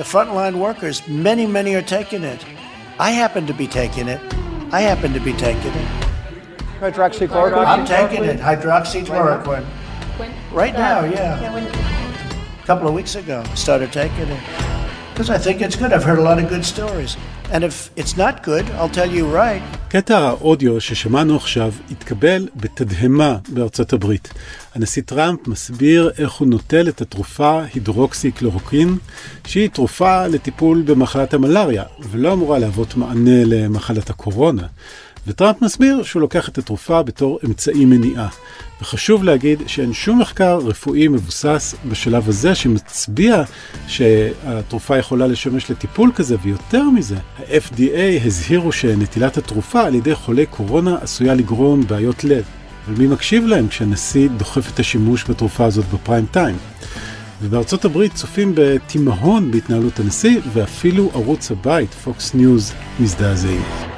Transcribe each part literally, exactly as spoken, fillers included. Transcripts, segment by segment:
the frontline workers, many, many are taking it. I happen to be taking it. I happen to be taking it. Hydroxychloroquine? I'm taking it, hydroxychloroquine. Right now, yeah. A couple of weeks ago, I started taking it. Because I think it's good. I've heard a lot of good stories. And if it's not good, I'll tell you right. קטע האודיו ששמענו עכשיו התקבל בתדהמה בארצות הברית. הנשיא טראמפ מסביר איך הוא נוטל את התרופה הידרוקסיקלורוקין, שהיא תרופה לטיפול במחלת המלריה, ולא אמורה להוות מענה למחלת הקורונה. וטראמפ מסביר שהוא לוקח את התרופה בתור אמצעי מניעה. וחשוב להגיד שאין שום מחקר רפואי מבוסס בשלב הזה שמצביע שהתרופה יכולה לשמש לטיפול כזה, ויותר מזה, ה-אף די איי הזהירו שנטילת התרופה על ידי חולי קורונה עשויה לגרום בעיות לב. אבל מי מקשיב להם כשהנשיא דוחף את השימוש בתרופה הזאת בפריים טיים? ובארצות הברית צופים בתימהון בהתנהלות הנשיא, ואפילו ערוץ הבית, Fox News, מזדעזעים.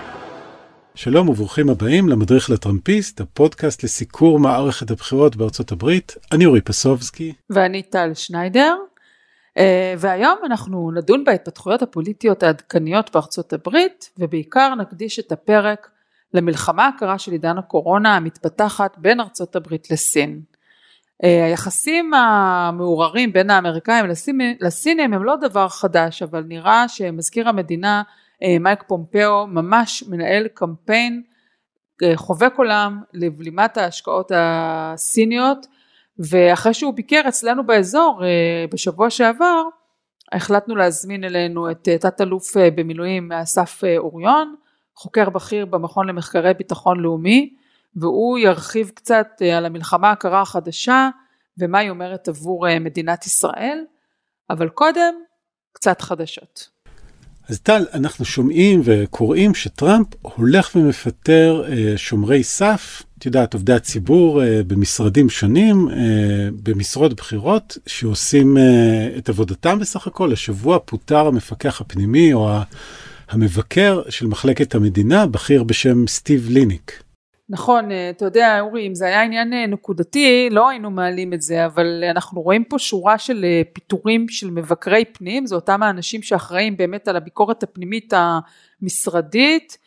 שלום וברוכים הבאים למדריך לטראמפיסט, הפודקאסט לסיקור מערכת הבחירות בארצות הברית. אני אורי פסובסקי. ואני טל שניידר. והיום אנחנו נדון בהתפתחויות הפוליטיות העדכניות בארצות הברית, ובעיקר נקדיש את הפרק למלחמה הקרה של עידן הקורונה המתפתחת בין ארצות הברית לסין. היחסים המעוררים בין האמריקאים לסינים הם לא דבר חדש, אבל נראה שמזכיר המדינה מייק פומפאו ממש מנהל קמפיין חובק עולם לבלימת ההשקעות הסיניות, ואחרי שהוא ביקר אצלנו באזור בשבוע שעבר, החלטנו להזמין אלינו את תת אלוף במילואים אסף אוריון, חוקר בכיר במכון למחקרי ביטחון לאומי, והוא ירחיב קצת על המלחמה הקרה החדשה ומה היא אומרת עבור מדינת ישראל, אבל קודם קצת חדשות. אז טל, אנחנו שומעים וקוראים שטראמפ הולך ומפטר שומרי סף, את יודעת, עובדי הציבור במשרדים שונים, במשרות בחירות, שעושים את עבודתם בסך הכל. השבוע פוטר המפקח הפנימי או המבקר של מחלקת המדינה, בכיר בשם סטיב ליניק. נכון, אתה יודע אורי, אם זה היה עניין נקודתי, לא היינו מעלים את זה, אבל אנחנו רואים פה שורה של פיטורים של מבקרי פנים, זה אותם האנשים שאחראים באמת על הביקורת הפנימית המשרדית,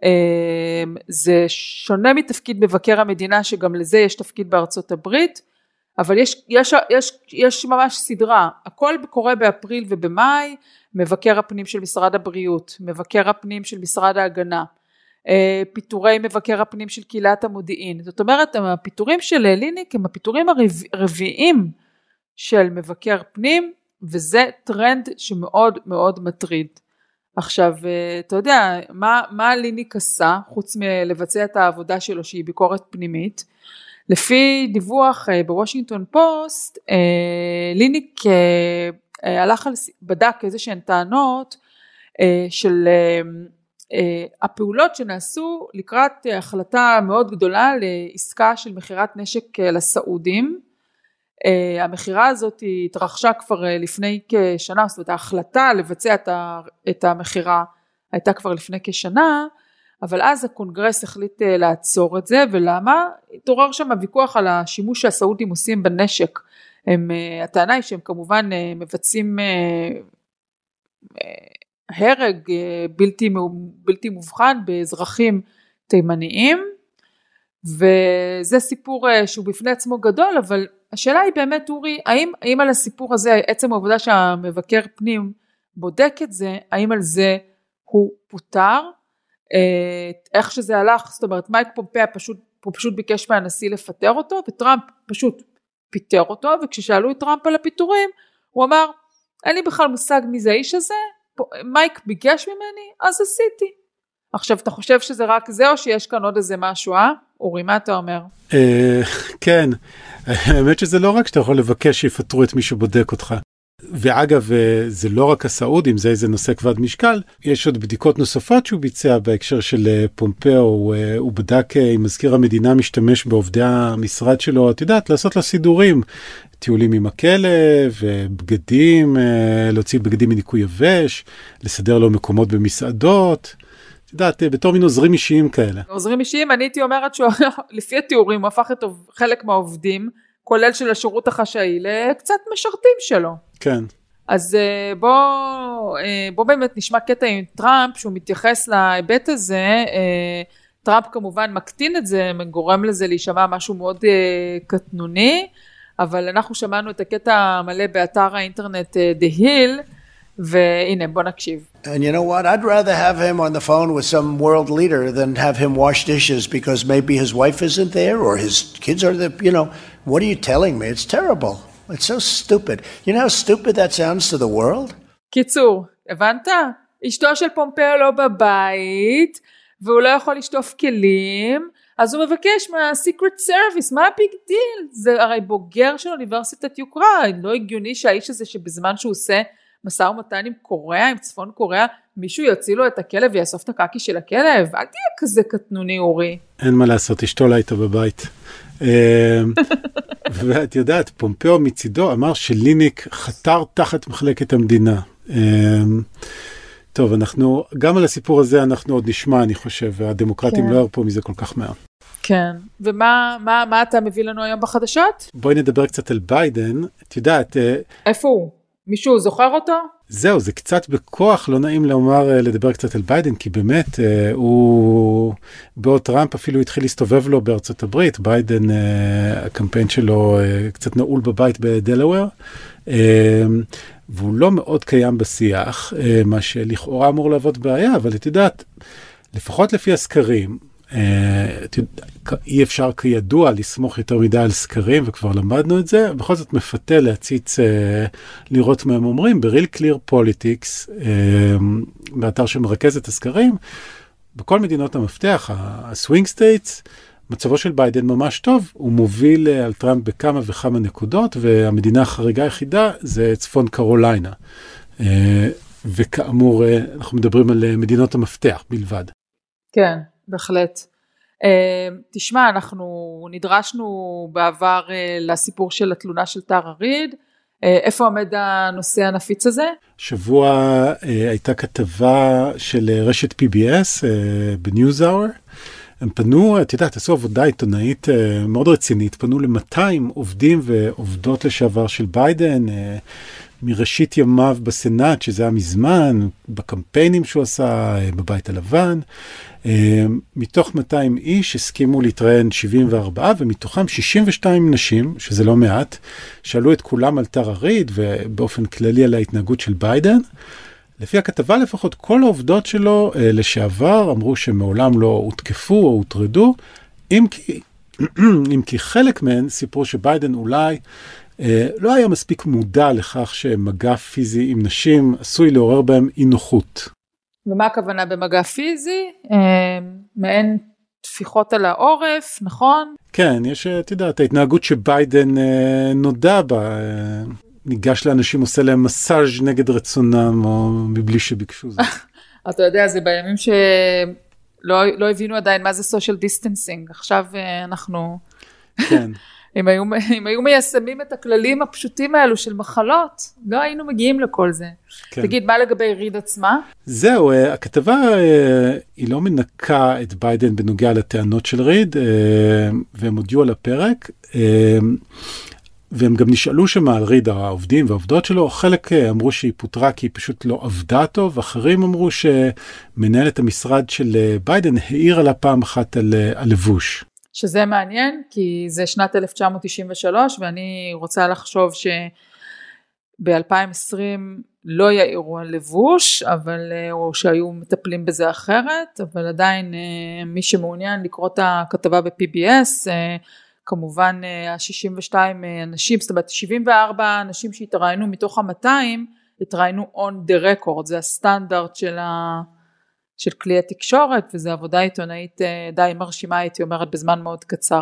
זה שונה מתפקיד מבקר המדינה, שגם לזה יש תפקיד בארצות הברית, אבל יש, יש, יש, יש ממש סדרה, הכל קורה באפריל ובמאי, מבקר הפנים של משרד הבריאות, מבקר הפנים של משרד ההגנה, פיטורי מבקר הפנים של קהילת המודיעין. זאת אומרת, הפיטורים של ליניק הם הפיטורים הרביעיים של מבקר פנים, וזה טרנד שמאוד מאוד מטריד. עכשיו, אתה יודע, מה, מה ליניק עשה, חוץ מלבצע את העבודה שלו שהיא ביקורת פנימית? לפי דיווח בוושינגטון פוסט, ליניק הלך על, בדק איזה שהן טענות של הפעולות שנעשו לקראת החלטה מאוד גדולה לעסקה של מחירת נשק לסעודים. המחירה הזאת התרחשה כבר לפני כשנה, זאת אומרת ההחלטה לבצע את המחירה הייתה כבר לפני כשנה, אבל אז הקונגרס החליט לעצור את זה. ולמה? התעורר שם הוויכוח על השימוש שהסעודים עושים בנשק. הם, הטענה היא שהם כמובן מבצעים הרג בלתי, בלתי מובחן באזרחים תימניים, וזה סיפור שהוא בפני עצמו גדול, אבל השאלה היא באמת אורי, האם, האם על הסיפור הזה, עצם העובדה שהמבקר פנים בודק את זה, האם על זה הוא פוטר, איך שזה הלך, זאת אומרת מייק פומפאו פשוט, הוא פשוט ביקש מהנשיא לפטר אותו, וטראמפ פשוט פיטר אותו, וכששאלו את טראמפ על הפיטורים, הוא אמר, אין לי בכלל מושג מי זה האיש הזה, מייק ביקש ממני, אז עשיתי. עכשיו, אתה חושב שזה רק זה, או שיש כאן עוד איזה משהו, אה? אורי, מה אתה אומר? כן, האמת שזה לא רק שאתה יכול לבקש שיפטרו את מי שבודק אותך. ואגב, זה לא רק הסעודים, זה איזה נושא כבד משקל. יש עוד בדיקות נוספות שהוא ביצע בהקשר של פומפאו, הוא בדק אם מזכיר המדינה משתמש בעובדי המשרד שלו, את יודעת, לעשות לו סידורים, טיולים עם הכלב, בגדים, להוציא בגדים מניקוי יבש, לסדר לו מקומות במסעדות, את יודעת, בתור מין עוזרים אישיים כאלה. עוזרים אישיים, אני הייתי אומרת שלפי התיאורים, הוא הפך את חלק מהעובדים, כולל של השירות החשאי, לקצת משרתים שלו. כן. אז בוא, בוא באמת נשמע קטע עם טראמפ, שהוא מתייחס להיבט הזה. טראמפ כמובן מקטין את זה, גורם לזה להישמע משהו מאוד קטנוני, אבל אנחנו שמענו את הקטע המלא באתר האינטרנט The Hill, והנה בוא נקשיב. And you know what? I'd rather have him on the phone with some world leader than have him wash dishes because maybe his wife isn't there or his kids are there. You know, what are you telling me? It's terrible. It's so stupid. You know how stupid that sounds to the world? קיצור, הבנת? אשתו של פומפאו לא בבית, והוא לא יכול לשטוף כלים, אז הוא מבקש מה-Secret Service, מה הביג דיל? זה הרי בוגר של אוניברסיטת יוקרה, לא הגיוני שהאיש הזה שבזמן שהוא עושה מסע ומתן עם קוריאה, עם צפון קוריאה, מישהו יוציא לו את הכלב ויאסוף את הקקי של הכלב? אל תהיה כזה קטנוני, אורי. אין מה לעשות, אשתו לה איתה בבית. ואת יודעת, פומפאו מצידו אמר שליניק חתר תחת מחלקת המדינה. טוב, אנחנו, גם על הסיפור הזה אנחנו עוד נשמע, אני חושב, והדמוקרטים לא ירפו מזה כל כך מהר. כן, ומה מה, מה אתה מביא לנו היום בחדשות? בואי נדבר קצת על ביידן. את יודעת... איפה הוא? מישהו זוכר אותו? זהו, זה קצת בכוח, לא נעים לומר, לדבר קצת על ביידן, כי באמת, הוא, בעוד טראמפ אפילו התחיל להסתובב לו בארצות הברית, ביידן, הקמפיין שלו קצת נעול בבית בדלוור, והוא לא מאוד קיים בשיח, מה שלכאורה אמור לעבוד בעיה, אבל את יודעת, לפחות לפי הסקרים, אי אפשר כידוע לסמוך יותר מדי על סקרים, וכבר למדנו את זה, בכל זאת מפתה להציץ לראות מה הם אומרים, ב-Real Clear Politics, באתר שמרכז את הסקרים, בכל מדינות המפתח, ה-Swing States, מצבו של ביידן ממש טוב, הוא מוביל על טראמפ בכמה וכמה נקודות, והמדינה החריגה היחידה זה צפון קרוליינה. וכאמור, אנחנו מדברים על מדינות המפתח בלבד. כן, בהחלט. תשמע, אנחנו נדרשנו בעבר לסיפור של התלונה של טרה ריד. איפה עומד הנושא הנפיץ הזה? שבוע הייתה כתבה של רשת פי בי אס בניוזאור. הם פנו, את יודעת, עשו עבודה עיתונאית מאוד רצינית, פנו ל-מאתיים עובדים ועובדות לשעבר של ביידן, מראשית ימיו בסנאט, שזה היה מזמן, בקמפיינים שהוא עשה, בבית הלבן. מתוך מאתיים איש הסכימו להתראיין שבעים וארבע, ומתוכם שישים ושתיים נשים, שזה לא מעט, שאלו את כולם על טרה ריד, ובאופן כללי על ההתנהגות של ביידן. לפי הכתבה לפחות, כל העובדות שלו לשעבר אמרו שמעולם לא הותקפו או הוטרדו, אם כי, אם כי חלק מהן סיפרו שביידן אולי לא היה מספיק מודע לכך שמגע פיזי עם נשים עשוי לעורר בהם אי נוחות. ומה הכוונה במגע פיזי? מעין תפיחות על העורף, נכון? כן, יש, את יודעת, ההתנהגות שביידן נודע בה, ניגש לאנשים, עושה להם מסאז' נגד רצונם, או מבלי שביקשו זאת. אתה יודע, זה בימים שלא לא הבינו עדיין מה זה social distancing. עכשיו אנחנו... כן. אם היו, אם היו מיישמים את הכללים הפשוטים האלו של מחלות, לא היינו מגיעים לכל זה. כן. תגיד, מה לגבי ריד עצמה? זהו, הכתבה היא לא מנקה את ביידן בנוגע לטענות של ריד, והם הודיעו על הפרק, והם גם נשאלו שמה על ריד העובדים והעובדות שלו, חלק אמרו שהיא פוטרה כי היא פשוט לא עבדה טוב, ואחרים אמרו שמנהלת המשרד של ביידן העירה לה פעם אחת על הלבוש. שזה מעניין, כי זה שנת אלף תשע מאות תשעים ושלוש, ואני רוצה לחשוב שב-אלפיים ועשרים לא יעירו על לבוש, אבל, או שהיו מטפלים בזה אחרת, אבל עדיין מי שמעוניין לקרוא את הכתבה ב-פי בי אס, כמובן ה-שישים ושתיים אנשים, זאת אומרת שבעים וארבע אנשים שהתראיינו מתוך ה-מאתיים, התראיינו on the record, זה הסטנדרט של ה... של כלי התקשורת, וזו עבודה עיתונאית די מרשימה, הייתי אומרת, בזמן מאוד קצר.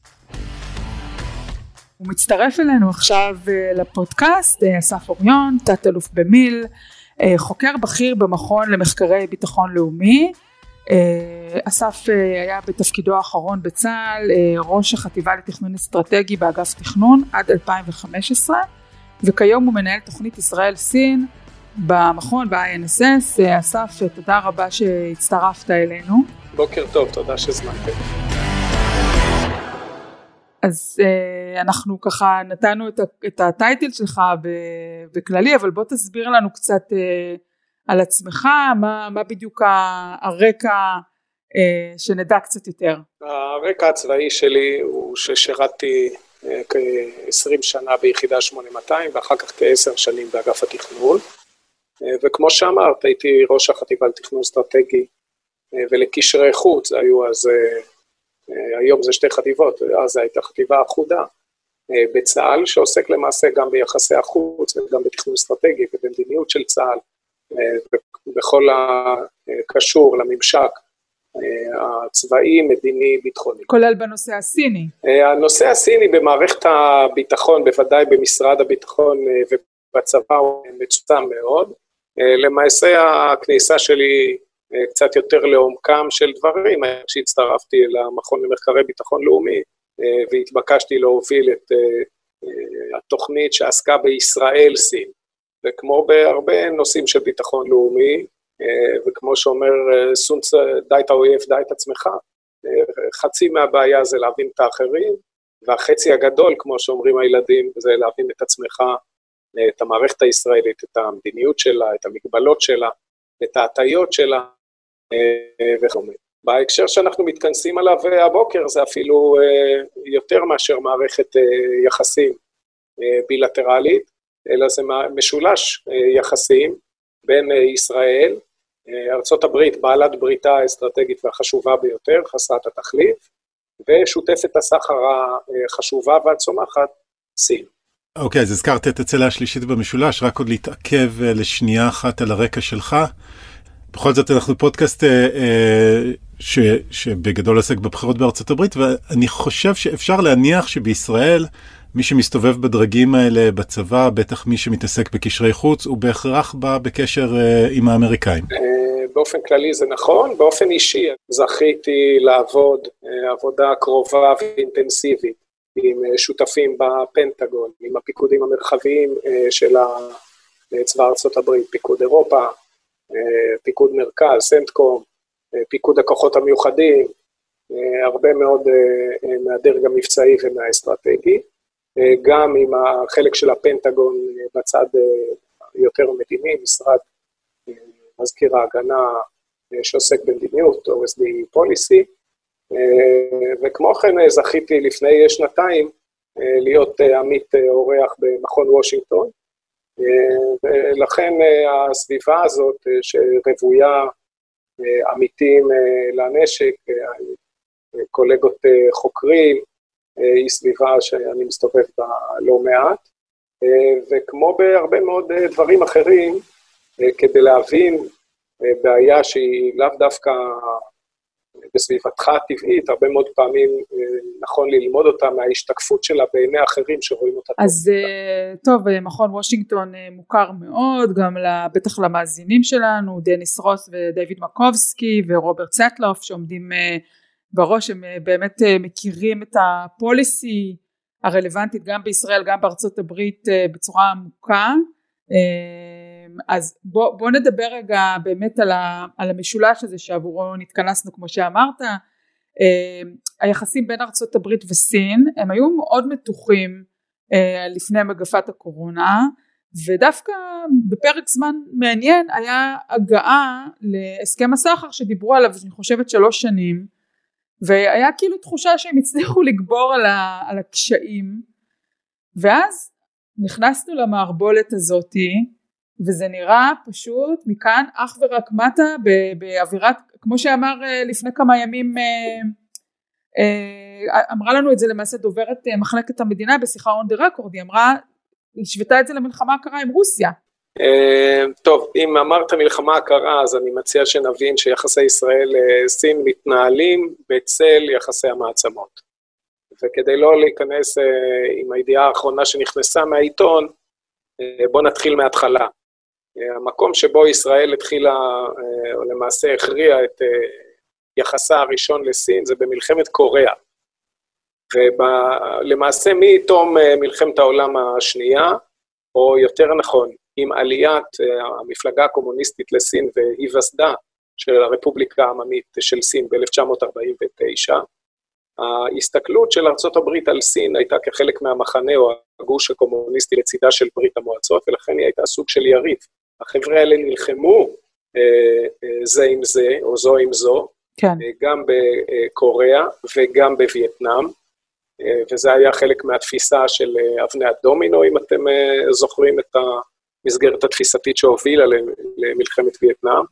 הוא מצטרף אלינו עכשיו לפודקאסט, אסף אוריון, תת אלוף במיל, חוקר בכיר במכון למחקרי ביטחון לאומי. אסף היה בתפקידו האחרון בצה"ל, ראש החטיבה לתכנון אסטרטגי באגף תכנון עד אלפיים וחמש עשרה, וכיום הוא מנהל תוכנית ישראל סין, במכון ב-איי אן אס אס. אסף, תודה רבה שהצטרפת אלינו. בוקר טוב, תודה שהזמנתם. אז אנחנו ככה נתנו את, את הטייטל שלך בכללי, אבל בוא תסביר לנו קצת על עצמך, מה, מה בדיוק הרקע, שנדע קצת יותר. הרקע הצבאי שלי הוא ששירתתי כ-עשרים שנה ביחידה שמונה מאתיים, ואחר כך כ-עשר שנים באגף התכנון, וכמו שאמרת, הייתי ראש החטיבה לתכנון אסטרטגי, ולקשרי חוץ, היו אז, היום זה שתי חטיבות, אז הייתה חטיבה אחודה, בצה"ל, שעוסק למעשה גם ביחסי החוץ, וגם בתכנון אסטרטגי, ובמדיניות של צה"ל, בכל הקשור לממשק, הצבאי, מדיני, ביטחוני. כולל בנושא הסיני. הנושא הסיני במערכת הביטחון, בוודאי במשרד הביטחון ובצבא, הוא מצומצם מאוד. למעשה הכניסה שלי קצת יותר לעומקם של דברים, כשהצטרפתי למכון למחקרי ביטחון לאומי, והתבקשתי להוביל את התוכנית שעסקה בישראל סין, וכמו בהרבה נושאים של ביטחון לאומי, וכמו שאומר סונץ, די את האויב, די את עצמך, חצי מהבעיה זה להבין את האחרים, והחצי הגדול, כמו שאומרים הילדים, זה להבין את עצמך, את המערכת הישראלית, את המדיניות שלה, את המגבלות שלה, את ההטיות שלה, וכו'. בהקשר שאנחנו מתכנסים עליו הבוקר, זה אפילו יותר מאשר מערכת יחסים בילטרלית, אלא זה משולש יחסים בין ישראל, ארצות הברית, בעלת בריתה האסטרטגית והחשובה ביותר, חסרת התחליף, ושותפת הסחר החשובה והצומחת, סין. אוקיי, אז הזכרת את הצלע השלישית במשולש, רק עוד להתעכב לשנייה אחת על הרקע שלך. בכל זאת אנחנו פודקאסט ש, שבגדול עוסק בבחירות בארצות הברית, ואני חושב שאפשר להניח שבישראל, מי שמסתובב בדרגים האלה בצבא, בטח מי שמתעסק בקשרי חוץ, הוא בהכרח בא בקשר עם האמריקאים. באופן כללי זה נכון, באופן אישי זכיתי לעבוד עבודה קרובה ואינטנסיבית עם שותפים בפנטגון, עם הפיקודים המרחביים של צבא ארצות הברית, פיקוד אירופה, פיקוד מרכז, סנטקום, פיקוד הכוחות המיוחדים, הרבה מאוד מהדרג המבצעי ומהאסטרטגי, גם עם החלק של הפנטגון בצד יותר מדיני, משרד מזכיר ההגנה שעוסק במדיניות, או אס די Policy, וכמו כן זכיתי לפני שנתיים להיות עמית אורח במכון וושינגטון, ולכן הסביבה הזאת שרבויה עמיתים לנשק, קולגות חוקרים, היא סביבה שאני מסתובב בה לא מעט, וכמו בהרבה מאוד דברים אחרים, כדי להבין בעיה שהיא לאו דווקא בסביבתך הטבעית, הרבה מאוד פעמים נכון ללמוד אותה מההשתקפות שלה בעיני אחרים שרואים אותה. אז טוב, מכון וושינגטון מוכר מאוד, גם בטח למאזינים שלנו, דניס רוס ודייוויד מקובסקי ורוברט סטלוף שעומדים בראש, הם באמת מכירים את הפוליסי הרלוונטית גם בישראל, גם בארצות הברית בצורה עמוקה. אז בוא, בוא נדבר רגע באמת על, ה, על המשולש הזה שעבורו נתכנסנו כמו שאמרת. היחסים בין ארצות הברית וסין הם היו מאוד מתוחים לפני מגפת הקורונה, ודווקא בפרק זמן מעניין היה הגעה להסכם הסחר שדיברו עליו אני חושבת שלוש שנים, והיה כאילו תחושה שהם הצליחו לגבור על, ה, על הקשיים, ואז נכנסנו למערבולת הזאתי, וזה נראה פשוט מכאן אך ורק מטה באווירת, כמו שאמר לפני כמה ימים, אמרה לנו את זה למעשה דוברת מחלקת המדינה בשיחה on the record, היא אמרה, היא השוותה את זה למלחמה הקרה עם רוסיה. טוב, אם אמרת מלחמה הקרה, אז אני מציע שנבין שיחסי ישראל-סין מתנהלים בצל יחסי המעצמות. וכדי לא להיכנס עם הידיעה האחרונה שנכנסה מהעיתון, בוא נתחיל מההתחלה. המקום שבו ישראל התחילה, או למעשה הכריעה את יחסה הראשון לסין, זה במלחמת קוריאה. ולמעשה מתום מלחמת העולם השנייה, או יותר נכון, עם עליית המפלגה הקומוניסטית לסין והיווסדה של הרפובליקה העממית של סין ב-אלף תשע מאות ארבעים ותשע, ההסתכלות של ארצות הברית על סין הייתה כחלק מהמחנה או הגוש הקומוניסטי לצידה של ברית המועצות, ולכן היא הייתה סוג של יריב. החבר'ה האלה נלחמו אה, אה, זה עם זה, או זו עם זו, כן. אה, גם בקוריאה וגם בווייטנאם, אה, וזה היה חלק מהתפיסה של אה, אבני הדומינו, אם אתם אה, זוכרים את המסגרת התפיסתית שהובילה למלחמת וייטנאם,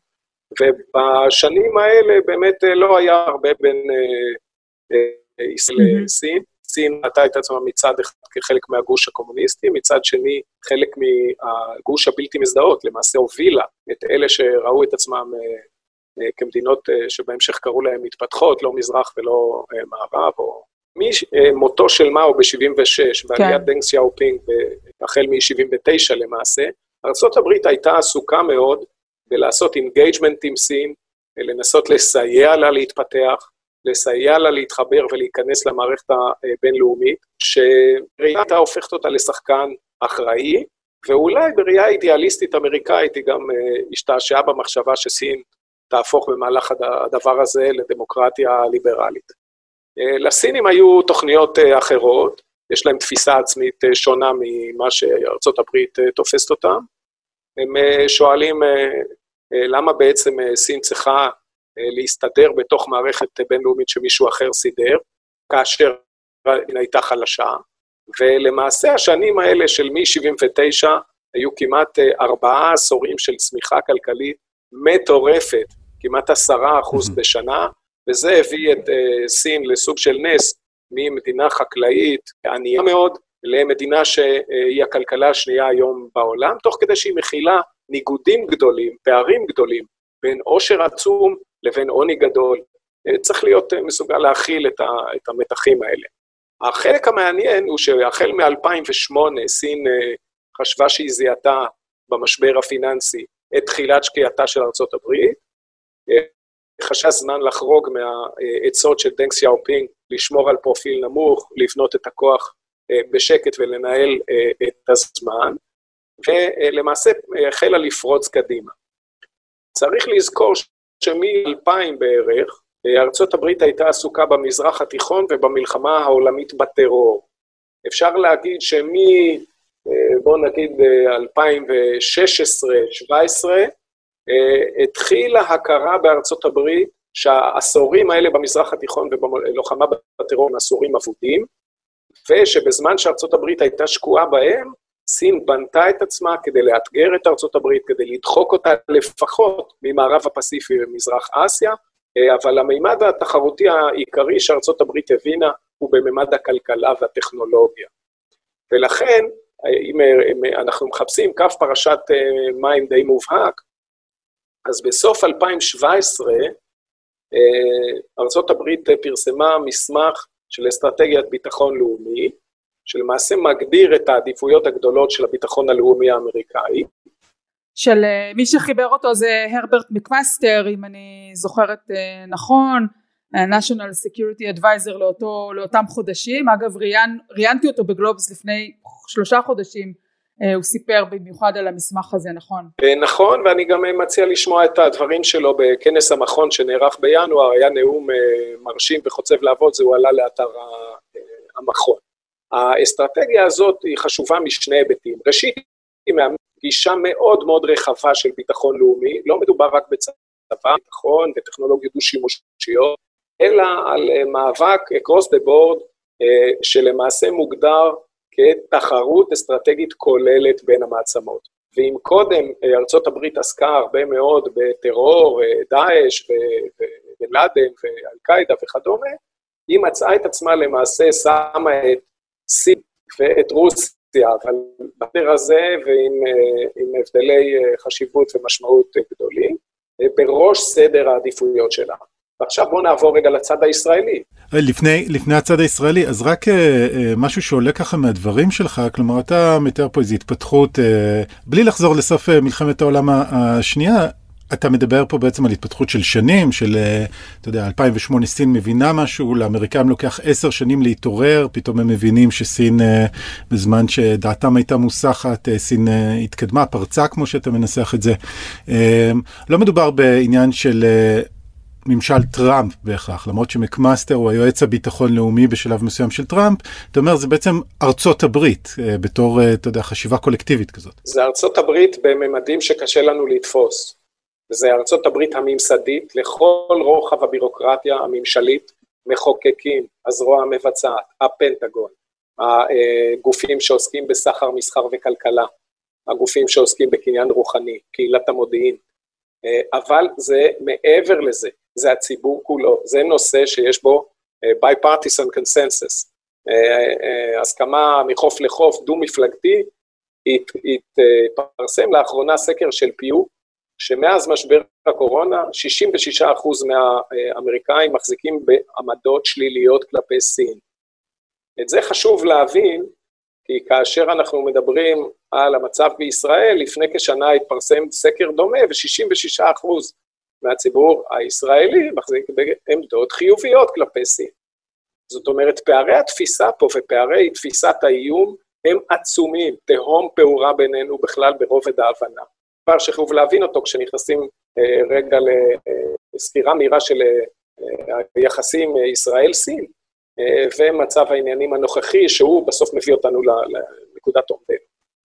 ובשנים האלה באמת אה, לא היה הרבה בין אה, אה, ישראל לסין, סין נטעה את עצמה מצד אחד כחלק מהגוש הקומוניסטי, מצד שני חלק מהגוש הבלתי מזדהות, למעשה הובילה את אלה שראו את עצמם כמדינות שבהמשך קראו להם מתפתחות, לא מזרח ולא מערב, או ממותו של מאו ב-שבעים ושש, ועליית דנג סיאופינג החל מ-שבעים ותשע למעשה, ארצות הברית הייתה עסוקה מאוד בלעשות אינגייג'מנט עם סין, לנסות לסייע לה להתפתח, לסייע לה להתחבר ולהיכנס למערכת הבינלאומית, שראייה הייתה הופכת אותה לשחקן אחראי, ואולי בראייה אידיאליסטית אמריקאית היא גם השתעשעה במחשבה שסין תהפוך במהלך הדבר הזה לדמוקרטיה ליברלית. לסינים היו תוכניות אחרות, יש להם תפיסה עצמית שונה ממה שארצות הברית תופסת אותם, הם שואלים למה בעצם סין צריכה להסתדר בתוך מערכת בינלאומית שמישהו אחר סידר, כאשר היא הייתה חלשה, ולמעשה השנים האלה של מ-שבעים ותשע היו כמעט ארבעה עשורים של צמיחה כלכלית מטורפת, כמעט עשרה אחוז בשנה, וזה הביא את סין לסוג של נס ממדינה חקלאית ענייה מאוד, למדינה שהיא הכלכלה השנייה היום בעולם, תוך כדי שהיא מכילה ניגודים גדולים, פערים גדולים, בין עושר עצום לבין עוני גדול, צריך להיות מסוגל להכיל את המתחים האלה. החלק המעניין הוא שהחל מ-אלפיים ושמונה סין חשבה שהיא זיהתה במשבר הפיננסי את תחילת שקיעתה של ארצות הברית, חשבה זמן לחרוג מהעצות של דנג סיאופינג, לשמור על פרופיל נמוך, לבנות את הכוח בשקט ולנהל את הזמן, ולמעשה החלה לפרוץ קדימה. צריך לזכור שמ-אלפיים בערך, ארצות הברית הייתה עסוקה במזרח התיכון ובמלחמה העולמית בטרור. אפשר להגיד שמי, בוא נגיד אלפיים ושש עשרה שבע עשרה, התחילה הכרה בארצות הברית שהעשורים האלה במזרח התיכון ובלוחמה בטרור הם עשורים אבודים, ושבזמן שארצות הברית הייתה שקועה בהם, סין בנתה את עצמה כדי לאתגר את ארצות הברית, כדי לדחוק אותה לפחות ממערב הפסיפי ומזרח אסיה, אבל המימד התחרותי העיקרי שארצות הברית הבינה הוא בממד הכלכלה והטכנולוגיה. ולכן, אם אנחנו מחפשים קו פרשת מים די מובהק, אז בסוף אלפיים שבע עשרה, ארצות הברית פרסמה מסמך של אסטרטגיית ביטחון לאומי, שלמעשה מגדיר את העדיפויות הגדולות של הביטחון הלאומי האמריקאי. של מי שחיבר אותו זה הרברט מקמאסטר, אם אני זוכרת נכון, National Security Advisor לאותו, לאותם חודשים. אגב, ריאן, ריאנתי אותו בגלובס לפני שלושה חודשים, הוא סיפר במיוחד על המסמך הזה, נכון? נכון, ואני גם מציע לשמוע את הדברים שלו בכנס המכון שנערך בינואר, היה נאום מרשים וחוצב לעבוד, זה הוא עלה לאתר המכון. האסטרטגיה הזאת היא חשובה משני היבטים. ראשית, היא גישה מאוד מאוד רחבה של ביטחון לאומי, לא מדובר רק בצבא, ביטחון וטכנולוגיות דו-שימושיות, אלא על מאבק across the board, שלמעשה מוגדר כתחרות אסטרטגית כוללת בין המעצמות. ואם קודם ארצות הברית עסקה הרבה מאוד בטרור, דאעש ולאדן ואל-קאידה וכדומה, היא מצאה את עצמה למעשה שמה את סין ואת רוסיה, אבל בטר הזה ועם עם הבדלי חשיבות ומשמעות גדולים, בראש סדר העדיפויות שלה. ועכשיו בואו נעבור רגע לצד הישראלי. לפני, לפני הצד הישראלי, אז רק משהו שעולה ככה מהדברים שלך, כלומר אתה מתאר פה איזו התפתחות, בלי לחזור לסוף מלחמת העולם השנייה, אתה מדבר פה בעצם על התפתחות של שנים, של, אתה יודע, אלפיים ושמונה סין מבינה משהו, לאמריקאים לוקח עשר שנים להתעורר, פתאום הם מבינים שסין, בזמן שדעתם הייתה מוסחת, סין התקדמה, פרצה כמו שאתה מנסח את זה. לא מדובר בעניין של ממשל טראמפ בהכרח, למרות שמקמאסטר הוא היועץ הביטחון לאומי בשלב מסוים של טראמפ, אתה אומר, זה בעצם ארצות הברית, בתור, אתה יודע, חשיבה קולקטיבית כזאת. זה ארצות הברית בממדים שקשה לנו לתפוס. זה ארצות הברית הממסדית, לכל רוחב הבירוקרטיה הממשלית, מחוקקים, הזרוע המבצעת, הפנטגון, הגופים שעוסקים בסחר, מסחר וכלכלה, הגופים שעוסקים בקניין רוחני, קהילת המודיעין, אבל זה מעבר לזה, זה הציבור כולו, זה נושא שיש בו bipartisan consensus, הסכמה מחוף לחוף דו מפלגתי, התפרסם לאחרונה סקר של פיו, שמאז משבר הקורונה, שישים ושישה אחוז מהאמריקאים מחזיקים בעמדות שליליות כלפי סין. את זה חשוב להבין, כי כאשר אנחנו מדברים על המצב בישראל, לפני כשנה התפרסם סקר דומה, ו-שישים ושישה אחוז מהציבור הישראלי מחזיק בעמדות חיוביות כלפי סין. זאת אומרת, פערי התפיסה פה ופערי תפיסת האיום הם עצומים, תהום פעורה בינינו בכלל ברובד ההבנה. דבר שחשוב להבין אותו כשנכנסים אה, רגע לסקירה מהירה של אה, היחסים ישראל-סין, אה, ומצב העניינים הנוכחי, שהוא בסוף מביא אותנו לנקודת עומדנו.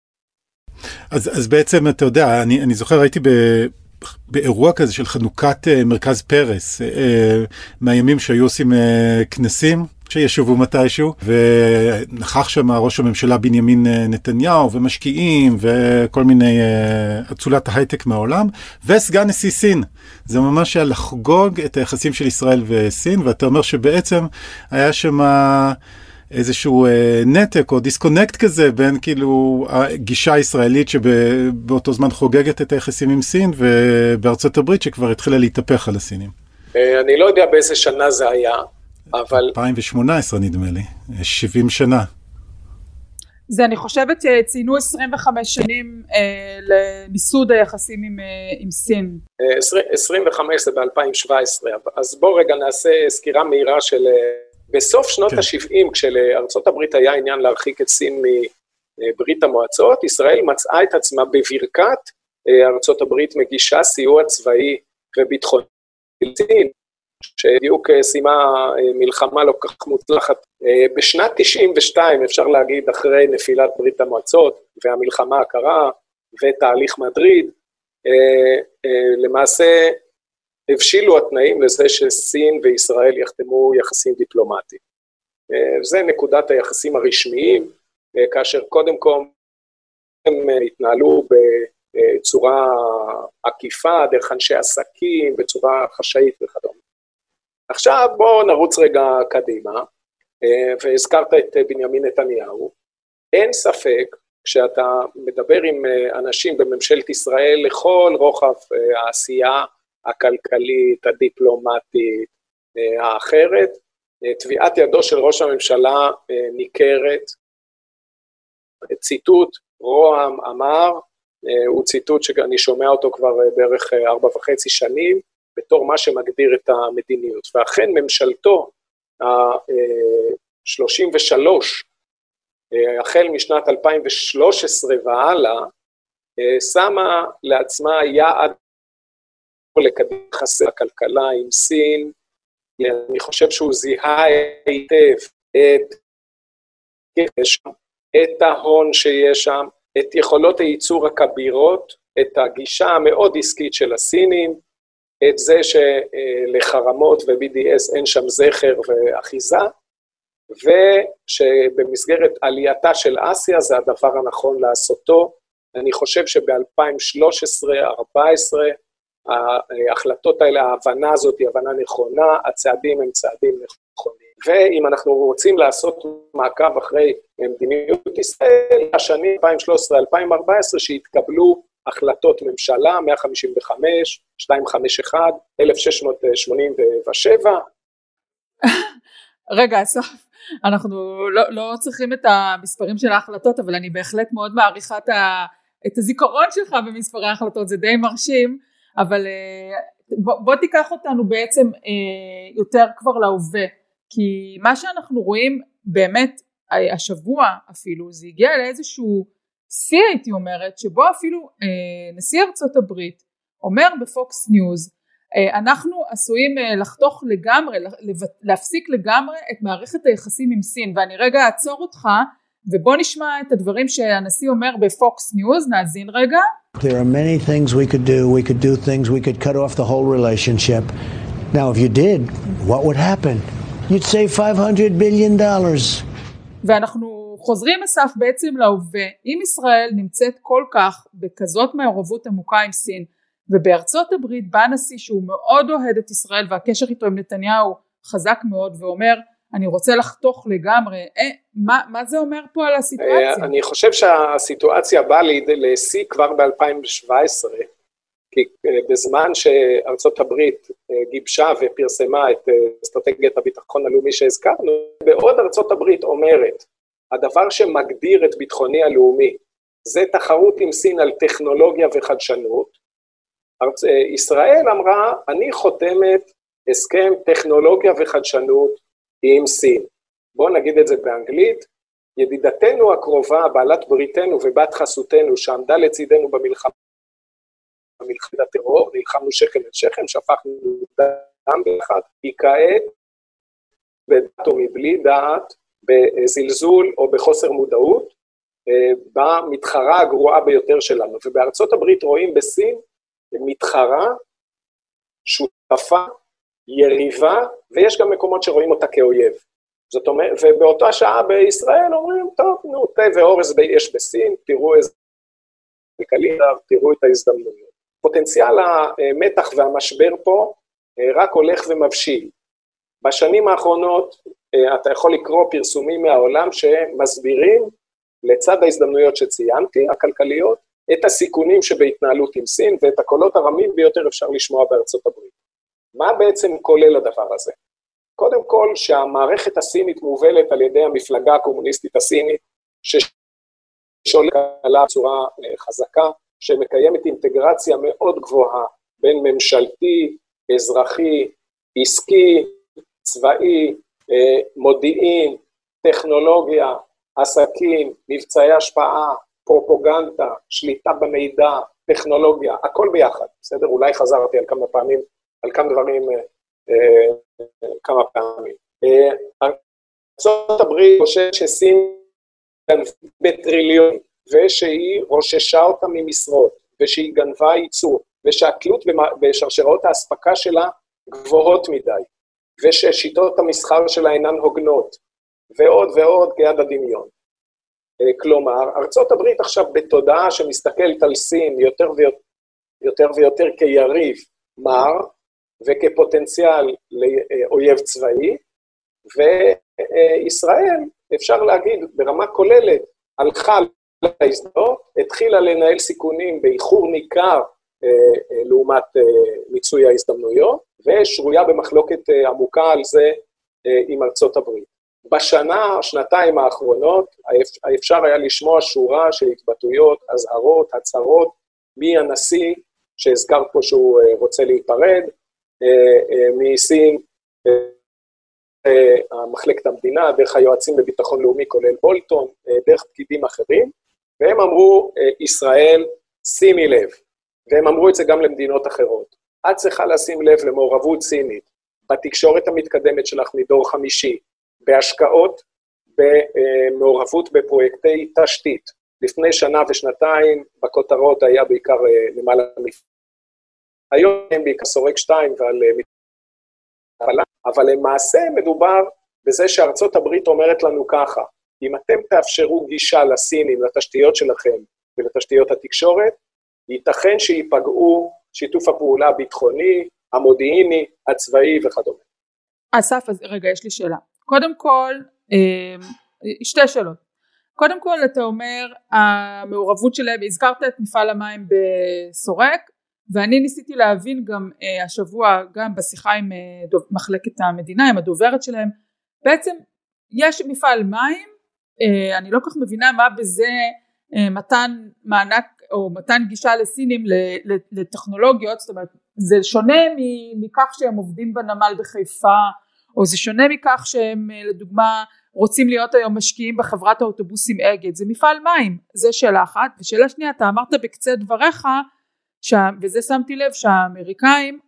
אז, אז בעצם, אתה יודע, אני, אני זוכר, הייתי ב... באירוע כזה של חנוכת מרכז פרס, מהימים שהיו עושים כנסים, שישובו מתישהו, ונכח שם ראש הממשלה בנימין נתניהו, ומשקיעים, וכל מיני אצולת ההייטק מהעולם, וסגן נשיא סין. זה ממש היה לחגוג את היחסים של ישראל וסין, ואתה אומר שבעצם היה שם איזשהו נתק או דיסקונקט כזה בין כאילו הגישה הישראלית שבאותו זמן חוגגת את היחסים עם סין, ובארצות הברית שכבר התחילה להתהפך על הסינים. אני לא יודע באיזה שנה זה היה, אבל... אלפיים ושמונה עשרה נדמה לי, שבעים שנה. זה אני חושבת שציינו עשרים וחמש שנים אה, למיסוד היחסים עם, אה, עם סין. עשרים וחמש זה ב-אלפיים שבע עשרה, אז בואו רגע נעשה סקירה מהירה של... בסוף שנות כן. ה-שבעים, כשלארצות הברית היה עניין להרחיק את סין מברית המועצות, ישראל מצאה את עצמה בברכת ארצות הברית מגישה סיוע צבאי וביטחוני לסין, שבדיוק סיימה מלחמה לא כך מוצלחת. בשנת תשעים ושתיים, אפשר להגיד, אחרי נפילת ברית המועצות והמלחמה הקרה ותהליך מדריד, למעשה הבשילו התנאים לזה שסין וישראל יחתמו יחסים דיפלומטיים. זה נקודת היחסים הרשמיים, כאשר קודם כל הם התנהלו בצורה עקיפה, דרך אנשי עסקים, בצורה חשאית וכדומה. עכשיו בואו נרוץ רגע קדימה, והזכרת את בנימין נתניהו. אין ספק כשאתה מדבר עם אנשים בממשלת ישראל לכל רוחב העשייה הכלכלית, הדיפלומטית, האחרת, תביעת ידו של ראש הממשלה ניכרת. ציטוט רוה"מ אמר, הוא ציטוט שאני שומע אותו כבר בערך ארבע וחצי שנים, בתור מה שמגדיר את המדיניות. ואכן ממשלתו ה-שלושים ושלוש, החל משנת אלפיים ושלוש עשרה והלאה, שמה לעצמה יעד לקדם יחסי הכלכלה עם סין. אני חושב שהוא זיהה היטב את, את ההון שיש שם, את יכולות הייצור הכבירות, את הגישה המאוד עסקית של הסינים, את זה שלחרמות ו-בי די אס אין שם זכר ואחיזה, ושבמסגרת עלייתה של אסיה זה הדבר הנכון לעשותו. אני חושב שב-אלפיים ושלוש עשרה ארבע עשרה ההחלטות האלה, ההבנה הזאת היא הבנה נכונה, הצעדים הם צעדים נכונים. ואם אנחנו רוצים לעשות מעקב אחרי מדיניות ישראל, השנים אלפיים ושלוש עשרה אלפיים וארבע עשרה שהתקבלו החלטות ממשלה, מאה חמישים וחמש, מאתיים חמישים ואחת, אלף שש מאות שמונים ושבע. רגע, סוף, אנחנו לא, לא צריכים את המספרים של ההחלטות, אבל אני בהחלט מאוד מעריכה את, ה, את הזיכרון שלך במספרי ההחלטות, זה די מרשים, אבל בוא, בוא תיקח אותנו בעצם יותר כבר להווה, כי מה שאנחנו רואים באמת השבוע אפילו, זה הגיע לאיזשהו שיא, הייתי אומרת, שבו אפילו נשיא ארצות הברית אומר בפוקס ניוז, אנחנו עשויים לחתוך לגמרי, להפסיק לגמרי את מערכת היחסים עם סין, ואני רגע אעצור אותך, ובוא נשמע את הדברים שהנשיא אומר בפוקס ניוז, נאזין רגע. There are many things we could do, we could do things, we could cut off the whole relationship. Now if you did, what would happen? You'd save five hundred billion dollars. ואנחנו חוזרים אסף בעצם להווה, אם ישראל נמצאת כל כך בכזאת מעורבות עמוקה עם סין, ובארצות הברית בא נשיא שהוא מאוד אוהד את ישראל והקשר איתו עם נתניהו חזק מאוד ואומר אני רוצה לחתוך לגמרי, אה, מה, מה זה אומר פה על הסיטואציה? אני חושב שהסיטואציה באה לשיא כבר ב-אלפיים שבע עשרה, כי בזמן שארצות הברית גיבשה ופרסמה את אסטרטגיית הביטחון הלאומי שהזכרנו, בעוד ארצות הברית אומרת, הדבר שמגדיר את ביטחוני הלאומי, זה תחרות עם סין על טכנולוגיה וחדשנות, ישראל אמרה, אני חותמת הסכם טכנולוגיה וחדשנות עם סין. בואו נגיד את זה באנגלית, ידידתנו הקרובה, בעלת בריתנו ובת חסותנו, שעמדה לצידנו במלחמה, במלחמת הטרור, נלחמנו שכם אל שכם, שפכנו דם באחד, היא כעת, בדעת או מבלי דעת, בזלזול או בחוסר מודעות, במתחרה הגרועה ביותר שלנו. ובארצות הברית רואים בסין, מתחרה, שותפה, יריבה, ויש גם מקומות שרואים אותה כאויב. זאת אומרת, ובאותה שעה בישראל אומרים, טוב, נו, תה ואורז יש בסין, תראו איזה כלכלי, תראו את ההזדמנויות. פוטנציאל המתח והמשבר פה רק הולך ומבשיל. בשנים האחרונות אתה יכול לקרוא פרסומים מהעולם שמסבירים לצד ההזדמנויות שציינתי, הכלכליות, את הסיכונים שבהתנהלות עם סין ואת הקולות הרמים ביותר אפשר לשמוע בארצות הברית. מה בעצם כולל הדבר הזה? קודם כל שהמערכת הסינית מובלת על ידי המפלגה הקומוניסטית הסינית, ששולטת עליה בצורה חזקה, שמקיימת אינטגרציה מאוד גבוהה בין ממשלתי, אזרחי, עסקי, צבאי, מודיעין, טכנולוגיה, עסקים, מבצעי השפעה, פרופוגנדה, שליטה במידע, טכנולוגיה, הכל ביחד, בסדר? אולי חזרתי על כמה פעמים, על כמה דברים, אה, כמה פעמים. אה, ארצות הברית חושבת שסין בטריליון, ושהיא רוששה אותה ממשרות, ושהיא גנבה ייצור, ושהתלות בשרשרות האספקה שלה גבוהות מדי, וששיטות המסחר שלה אינן הוגנות, ועוד ועוד כיד הדמיון. כלומר, ארצות הברית עכשיו בתודעה שמסתכלת על סין יותר ויותר, יותר ויותר כיריב מר, וכפוטנציאל לאויב צבאי, וישראל, אפשר להגיד, ברמה כוללת, הלכה להזדמנות, התחילה לנהל סיכונים באיחור ניכר לעומת מיצוי ההזדמנויות, ושרויה במחלוקת עמוקה על זה עם ארצות הברית. בשנה, שנתיים האחרונות, אפשר היה לשמוע שורה של התבטאויות, אזהרות, הצהרות, מהנשיא שהזכר פה שהוא רוצה להיפרד, מסין, מחלקת המדינה, דרך היועצים בביטחון לאומי, כולל בולטון, דרך פקידים אחרים, והם אמרו, ישראל, שימי לב, והם אמרו את זה גם למדינות אחרות. את צריכה לשים לב למעורבות סינית, בתקשורת המתקדמת שלך מדור חמישי, בהשקעות, במעורבות בפרויקטי תשתית. לפני שנה ושנתיים, בכותרות היה בעיקר נמל המפעל. היום הם בעיקר סורק שתיים ועל מפעלה, אבל למעשה מדובר בזה שארצות הברית אומרת לנו ככה, אם אתם תאפשרו גישה לסינים, לתשתיות שלכם ולתשתיות התקשורת, ייתכן שיפגעו שיתוף הפעולה הביטחוני, המודיעיני, הצבאי וכדומה. אסף, אז רגע, יש לי שאלה. קודם כל, שתי שאלות. קודם כל, אתה אומר, המעורבות שלהם, הזכרת את מפעל המים בסורק, ואני ניסיתי להבין גם השבוע, גם בשיחה עם מחלקת המדינה, עם הדוברת שלהם, בעצם יש מפעל מים, אני לא כך מבינה מה בזה מתן מענק, או מתן גישה לסינים לטכנולוגיות, זאת אומרת, זה שונה מכך שהם עובדים בנמל בחיפה, או זה שונה מכך שהם לדוגמה רוצים להיות היום משקיעים בחברת האוטובוסים אגד, זה מפעל מים, זה שאלה אחת. ושאלה שנייה, אתה אמרת בקצה דבריך, ש... וזה שמתי לב שהאמריקאים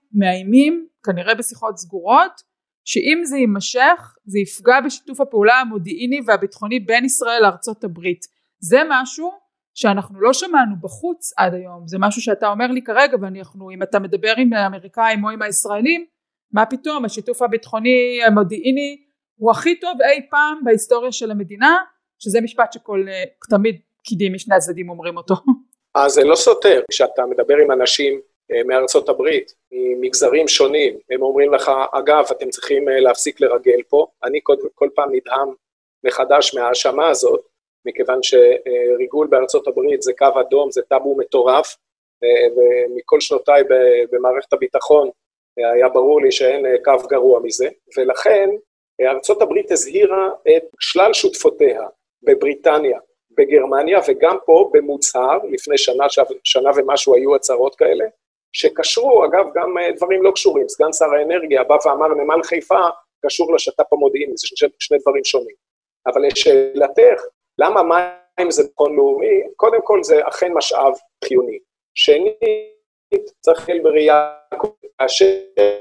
מאיימים, כנראה בשיחות סגורות, שאם זה יימשך, זה יפגע בשיתוף הפעולה המודיעיני והביטחוני בין ישראל לארצות הברית. זה משהו שאנחנו לא שמענו בחוץ עד היום, זה משהו שאתה אומר לי כרגע, ואנחנו, אם אתה מדבר עם האמריקאים או עם הישראלים, מה פתאום, השיתוף הביטחוני המודיעיני הוא הכי טוב אי פעם בהיסטוריה של המדינה, שזה משפט שכל תמיד פקידים משני הצדדים אומרים אותו. אז זה לא סותר, כשאתה מדבר עם אנשים מארצות הברית, ממגזרים שונים, הם אומרים לך, אגב, אתם צריכים להפסיק לרגל פה, אני כל, כל פעם נדהם מחדש מההאשמה הזאת, מכיוון שריגול בארצות הברית זה קו אדום, זה טאבו מטורף, ומכל שנותיי במערכת הביטחון, היה ברור לי שאין קו גרוע מזה, ולכן ארצות הברית הזהירה את שלל שותפותיה, בבריטניה, בגרמניה, וגם פה במוצהר, לפני שנה, שנה ומשהו היו הצהרות כאלה, שקשרו, אגב, גם דברים לא קשורים, סגן שר האנרגיה בא ואמר, נמל חיפה קשור לשת"פ המודיעיני, זה שני, שני דברים שונים. אבל לשאלתך, למה מים זה ביטחון לאומי? קודם כל זה אכן משאב חיוני. שנית, צריך לקבל בראייה, אשר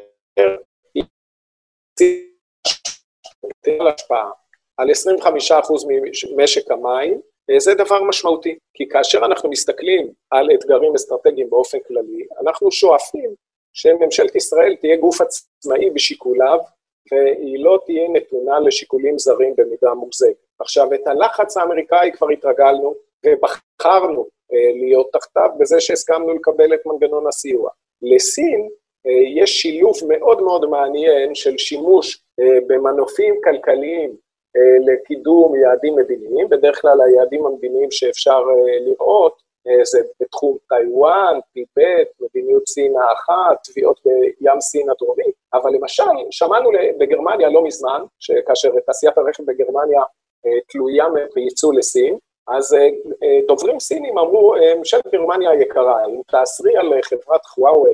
תהיה להשפעה על עשרים וחמישה אחוז ממשק המים, זה דבר משמעותי, כי כאשר אנחנו מסתכלים על אתגרים אסטרטגיים באופן כללי, אנחנו שואפים שממשלת ישראל תהיה גוף עצמאי בשיקוליו, והיא לא תהיה נתונה לשיקולים זרים במידה מוגזמת. עכשיו, את הלחץ האמריקאי כבר התרגלנו, ובחרנו להיות תחתיו בזה שהסכמנו לקבל את מנגנון הסיוע. לסין יש שילוב מאוד מאוד מעניין של שימוש במנופים כלכליים לקידום יעדים מדיניים, בדרך כלל היעדים המדיניים שאפשר לראות זה בתחום טיואן, טיבט, מדיניות סין האחת, תביעות בים סין הדרומי, אבל למשל שמענו בגרמניה לא מזמן, שכאשר תעשיית הרכב בגרמניה תלויה בייצוא לסין, אז דוברים סינים אמרו, ממשלת גרמניה היקרה, אם תאסרי על חברת חוואווי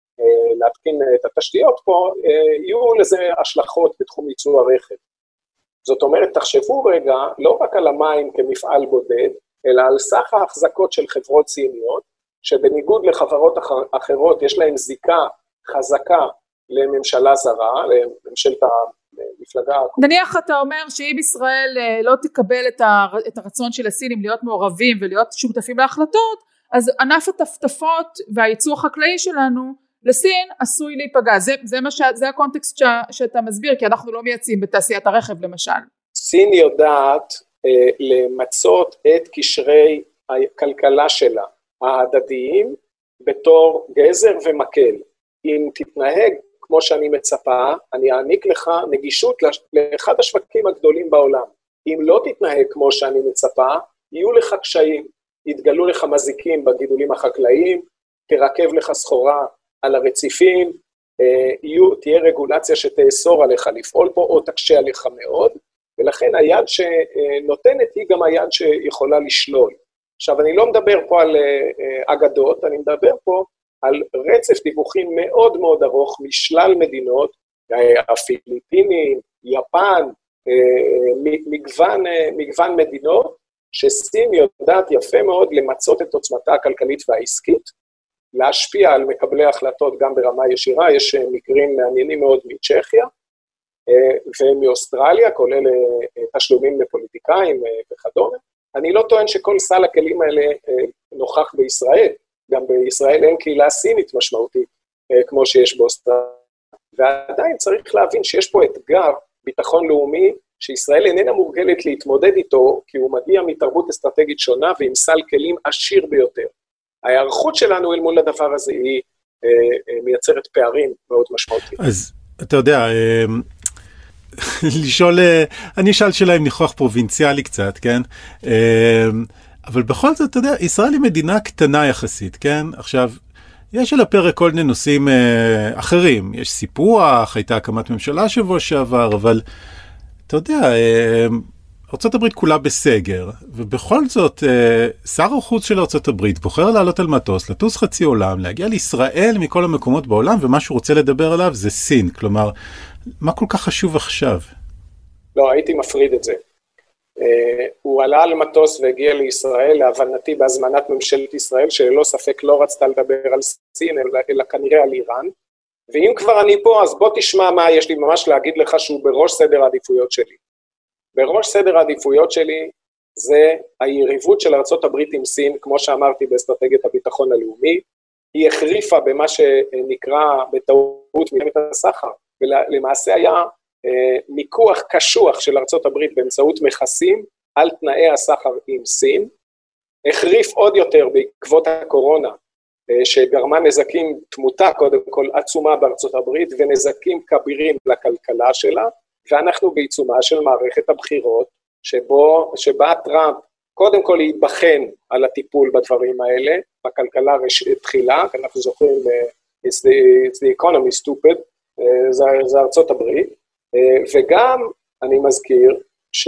להתקין את התשתיות פה, יהיו לזה השלכות בתחום ייצוא הרכב. זאת אומרת, תחשבו רגע, לא רק על המים כמפעל בודד, אלא על סך ההחזקות של חברות סיניות, שבניגוד לחברות אחרות יש להן זיקה חזקה לממשלה זרה, לממשלת המפלגה. נניח אתה אומר שאם ישראל לא תקבל את הרצון של הסינים להיות מעורבים ולהיות שותפים להחלטות, אז ענף הטפטפות והייצוא החקלאי שלנו לסין עשוי להיפגע. זה, זה, מה ש, זה הקונטקסט ש, שאתה מסביר, כי אנחנו לא מייצאים בתעשיית הרכב למשל. סין יודעת אה, למצות את קשרי הכלכלה שלה, ההדדיים, בתור גזר ומקל. אם תתנהג כמו שאני מצפה, אני אעניק לך נגישות לאחד השווקים הגדולים בעולם. אם לא תתנהג כמו שאני מצפה, יהיו לך קשיים, יתגלו לך מזיקים בגידולים החקלאיים, תרכב לך סחורה על הרציפים, יהיו, תהיה רגולציה שתאסור עליך לפעול פה, או תקשה עליך מאוד, ולכן היד שנותנת היא גם היד שיכולה לשלול. עכשיו, אני לא מדבר פה על אגדות, אני מדבר פה על רצף דיווחים מאוד מאוד ארוך משלל מדינות, הפיליפינים, יפן, מגוון, מגוון מדינות, שסין יודעת יפה מאוד למצות את עוצמתה הכלכלית והעסקית, להשפיע על מקבלי החלטות גם ברמה ישירה, יש מקרים מעניינים מאוד מצ'כיה, ומאוסטרליה, כולל תשלומים לפוליטיקאים וכדומה. אני לא טוען שכל סל הכלים האלה נוכח בישראל, גם בישראל אין קהילה סינית משמעותית, כמו שיש באוסטרליה, ועדיין צריך להבין שיש פה אתגר ביטחון לאומי, שישראל איננה מורגלת להתמודד איתו, כי הוא מגיע מתרבות אסטרטגית שונה, ועם סל כלים עשיר ביותר. ההיערכות שלנו אל מול הדבר הזה היא אה, אה, מייצרת פערים מאוד משמעותיים. אז אתה יודע, אה, לשאול, אה, אני אשאל שאלה אם ניחוח פרובינציאלי קצת, כן? אה, אבל בכל זאת, אתה יודע, ישראל היא מדינה קטנה יחסית, כן? עכשיו, יש על הפרק כל מיני נושאים אה, אחרים, יש סיפוח, הייתה הקמת ממשלה שבוע שעבר, אבל אתה יודע, אה, ארצות הברית כולה בסגר, ובכל זאת, שר החוץ של ארצות הברית בוחר לעלות על מטוס, לטוס חצי עולם, להגיע לישראל מכל המקומות בעולם, ומה שהוא רוצה לדבר עליו זה סין. כלומר, מה כל כך חשוב עכשיו? לא, הייתי מפריד את זה. הוא עלה על מטוס והגיע לישראל, להבנתי בהזמנת ממשלת ישראל, שללא ספק לא רצתה לדבר על סין, אלא, אלא כנראה על איראן, ואם כבר אני פה, אז בוא תשמע מה יש לי ממש להגיד לך שהוא בראש סדר העדיפויות שלי. בראש סדר העדיפויות שלי זה היריבות של ארצות הברית עם סין, כמו שאמרתי באסטרטגיית הביטחון הלאומי, היא החריפה במה שנקרא בטעות מלחמת הסחר, ולמעשה היה אה, מיקוח קשוח של ארצות הברית באמצעות מכסים על תנאי הסחר עם סין, החריף עוד יותר בעקבות הקורונה, אה, שגרמה נזקים תמותה קודם כל עצומה בארצות הברית, ונזקים כבירים לכלכלה שלה, ואנחנו בעיצומה של מערכת הבחירות, שבו, שבה טראמפ קודם כל להיבחן על הטיפול בדברים האלה, בכלכלה תחילה, כי אנחנו זוכרים, uh, it's, the, it's the economy stupid, uh, זה, זה ארצות הברית, uh, וגם אני מזכיר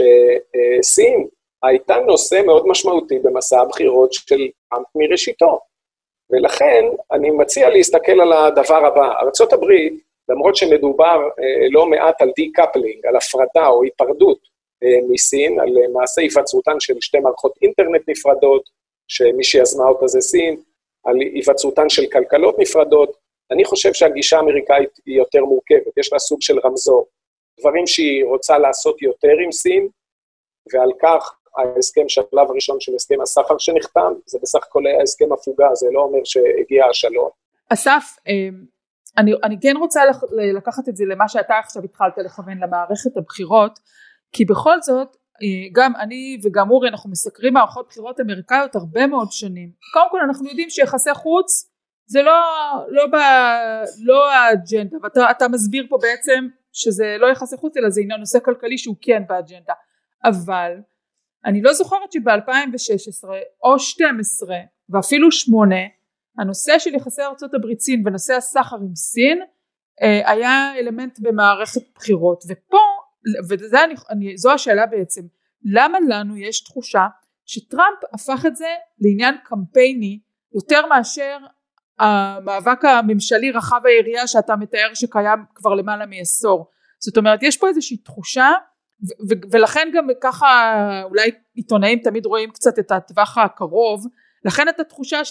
שסין הייתה נושא מאוד משמעותי במסע הבחירות של טראמפ מראשיתו, ולכן אני מציע להסתכל על הדבר הבא, ארצות הברית, למרות שמדובר uh, לא מעט על די-קפלינג, על הפרדה או היפרדות, מסין, על מעשה היווצרותן של שתי מערכות אינטרנט נפרדות, שמי שיזמה אותה זה סין, על היווצרותן של כלכלות נפרדות, אני חושב שהגישה האמריקאית היא יותר מורכבת, יש לה סוג של רמזור, דברים שהיא רוצה לעשות יותר עם סין, ועל כך ההסכם שלב הראשון של הסכם הסחר שנחתם, זה בסך הכל ההסכם הפוגה, זה לא אומר שהגיע השלום. אסף, אני, אני כן רוצה לקחת את זה למה שאתה עכשיו התחלת לכוון למערכת הבחירות, כי בכל זאת, גם אני וגם אורי, אנחנו מסקרים מערכות בחירות אמריקאיות הרבה מאוד שנים. קודם כל אנחנו יודעים שיחסי חוץ, זה לא, לא, ב, לא האג'נדה, ואתה אתה מסביר פה בעצם שזה לא יחסי חוץ, אלא זה עניין נושא כלכלי שהוא כן באג'נדה. אבל אני לא זוכרת שב-אלפיים ושש עשרה או שתים עשרה ואפילו שמונה, הנושא של יחסי ארצות הברית סין ונושא הסחר עם סין, היה אלמנט במערכת בחירות, ופה, וזו השאלה בעצם, למה לנו יש תחושה שטראמפ הפך את זה לעניין קמפייני יותר מאשר המאבק הממשלי רחב היריעה שאתה מתאר שקיים כבר למעלה מעשור. זאת אומרת, יש פה איזושהי תחושה, ו- ו- ולכן גם ככה אולי עיתונאים תמיד רואים קצת את הטווח הקרוב, לכן את התחושה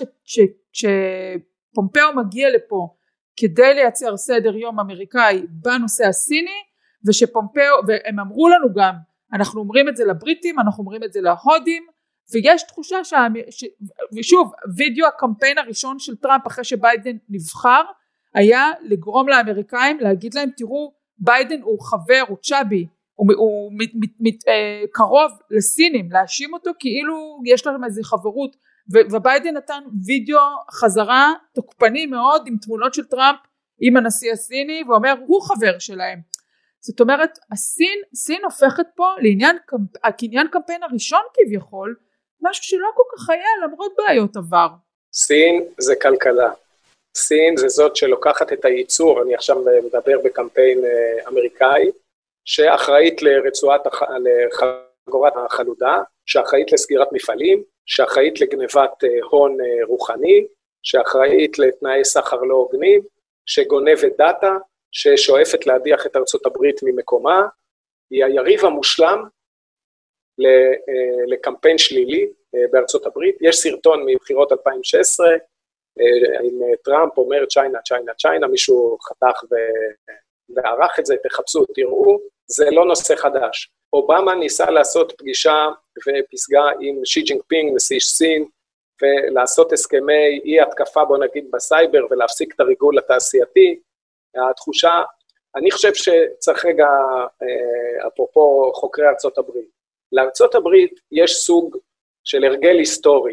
שפומפאו מגיע לפה כדי לייצר סדר יום אמריקאי בנושא הסיני, ושפומפאו, והם אמרו לנו גם, אנחנו אומרים את זה לבריטים, אנחנו אומרים את זה להודים, ויש תחושה ש... ושוב, וידאו הקמפיין הראשון של טראמפ אחרי שביידן נבחר, היה לגרום לאמריקאים להגיד להם, תראו, ביידן הוא חבר, הוא צ'אבי, הוא, הוא מת, מת, מת, אה, קרוב לסינים, להאשים אותו כאילו יש להם איזו חברות, ו, וביידן נתן וידאו חזרה תוקפני מאוד עם תמונות של טראמפ עם הנשיא הסיני, ואומר הוא חבר שלהם. זאת אומרת, הסין, סין הופכת פה לעניין, הקניין קמפיין הראשון כביכול, משהו שלא כל כך היה למרות בעיות עבר. סין זה כלכלה. סין זה זאת שלוקחת את הייצור, אני עכשיו מדבר בקמפיין אמריקאי, שאחראית לרצועת, לחגורת החלודה, שאחראית לסגירת מפעלים, שאחראית לגנבת הון רוחני, שאחראית לתנאי סחר לא הוגנים, שגונבת דאטה, ששואפת להדיח את ארצות הברית ממקומה, היא היריב המושלם לקמפיין שלילי בארצות הברית. יש סרטון מבחירות אלפיים ושש עשרה, עם טראמפ אומר צ'יינה, צ'יינה, צ'יינה, מישהו חתך וערך את זה, תחפשו, תראו, זה לא נושא חדש. אובמה ניסה לעשות פגישה ופסגה עם שי ג'ינפינג, נשיא סין, ולעשות הסכמי אי התקפה, בוא נגיד, בסייבר, ולהפסיק את הריגול התעשייתי. התחושה, אני חושב שצריך רגע, אפרופו חוקרי ארצות הברית, לארצות הברית יש סוג של הרגל היסטורי,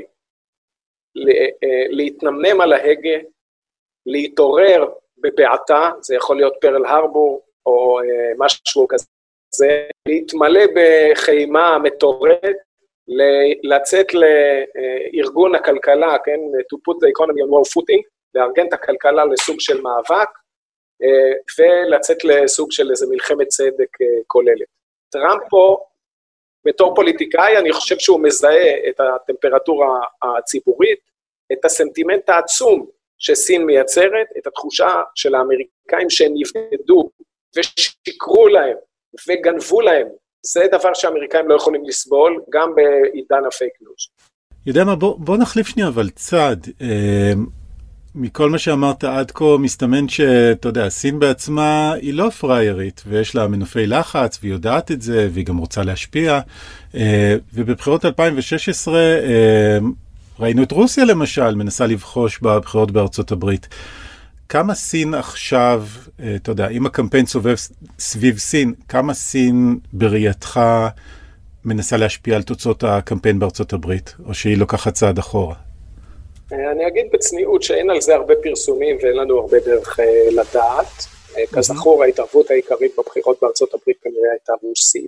להתנמנם על ההגה, להתעורר בבעתה, זה יכול להיות פרל הרבור, או משהו כזה, להתמלא בחימה מטורפת, לצאת לארגון הכלכלה, כן, to put the economy on more footing, לארגן את הכלכלה לסוג של מאבק, ולצאת לסוג של איזה מלחמת צדק כוללת. טראמפ פה, בתור פוליטיקאי, אני חושב שהוא מזהה את הטמפרטורה הציבורית, את הסנטימנט העצום שסין מייצרת, את התחושה של האמריקאים שהם נבגדו ושיקרו להם וגנבו להם. זה דבר שהאמריקאים לא יכולים לסבול, גם בעידן הפייק ניוז. יודע מה, בוא, בוא נחליף שנייה אבל צעד. מכל מה שאמרת עד כה, מסתמן שאתה יודע, סין בעצמה היא לא פריירית, ויש לה מנופי לחץ, והיא יודעת את זה, והיא גם רוצה להשפיע, ובבחירות אלפיים ושש עשרה, ראינו את רוסיה למשל, מנסה לבחוש בבחירות בארצות הברית. כמה סין עכשיו, אתה יודע, אם הקמפיין סובב סביב סין, כמה סין בראייתך מנסה להשפיע על תוצאות הקמפיין בארצות הברית, או שהיא לוקחת צעד אחורה? אני אגיד בצניעות שאין על זה הרבה פרסומים ואין לנו הרבה דרך לדעת. כזכור, ההתערבות העיקרית בבחירות בארצות הברית כנראה הייתה רוסית.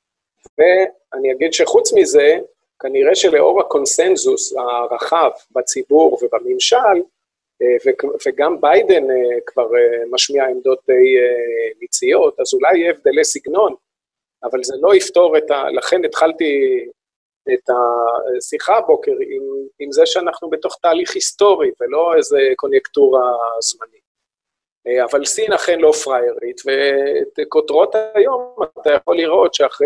ואני אגיד שחוץ מזה, כנראה שלאור הקונסנזוס הרחב בציבור ובממשל, וגם ביידן כבר משמיע עמדות די ניציות, אז אולי יהיה הבדלי סגנון, אבל זה לא יפתור את ה... לכן התחלתי את השיחה הבוקר עם, עם זה שאנחנו בתוך תהליך היסטורי, ולא איזה קוניונקטורה זמנית. אבל סין אכן לא פריירית, ואת כותרות היום אתה יכול לראות שאחרי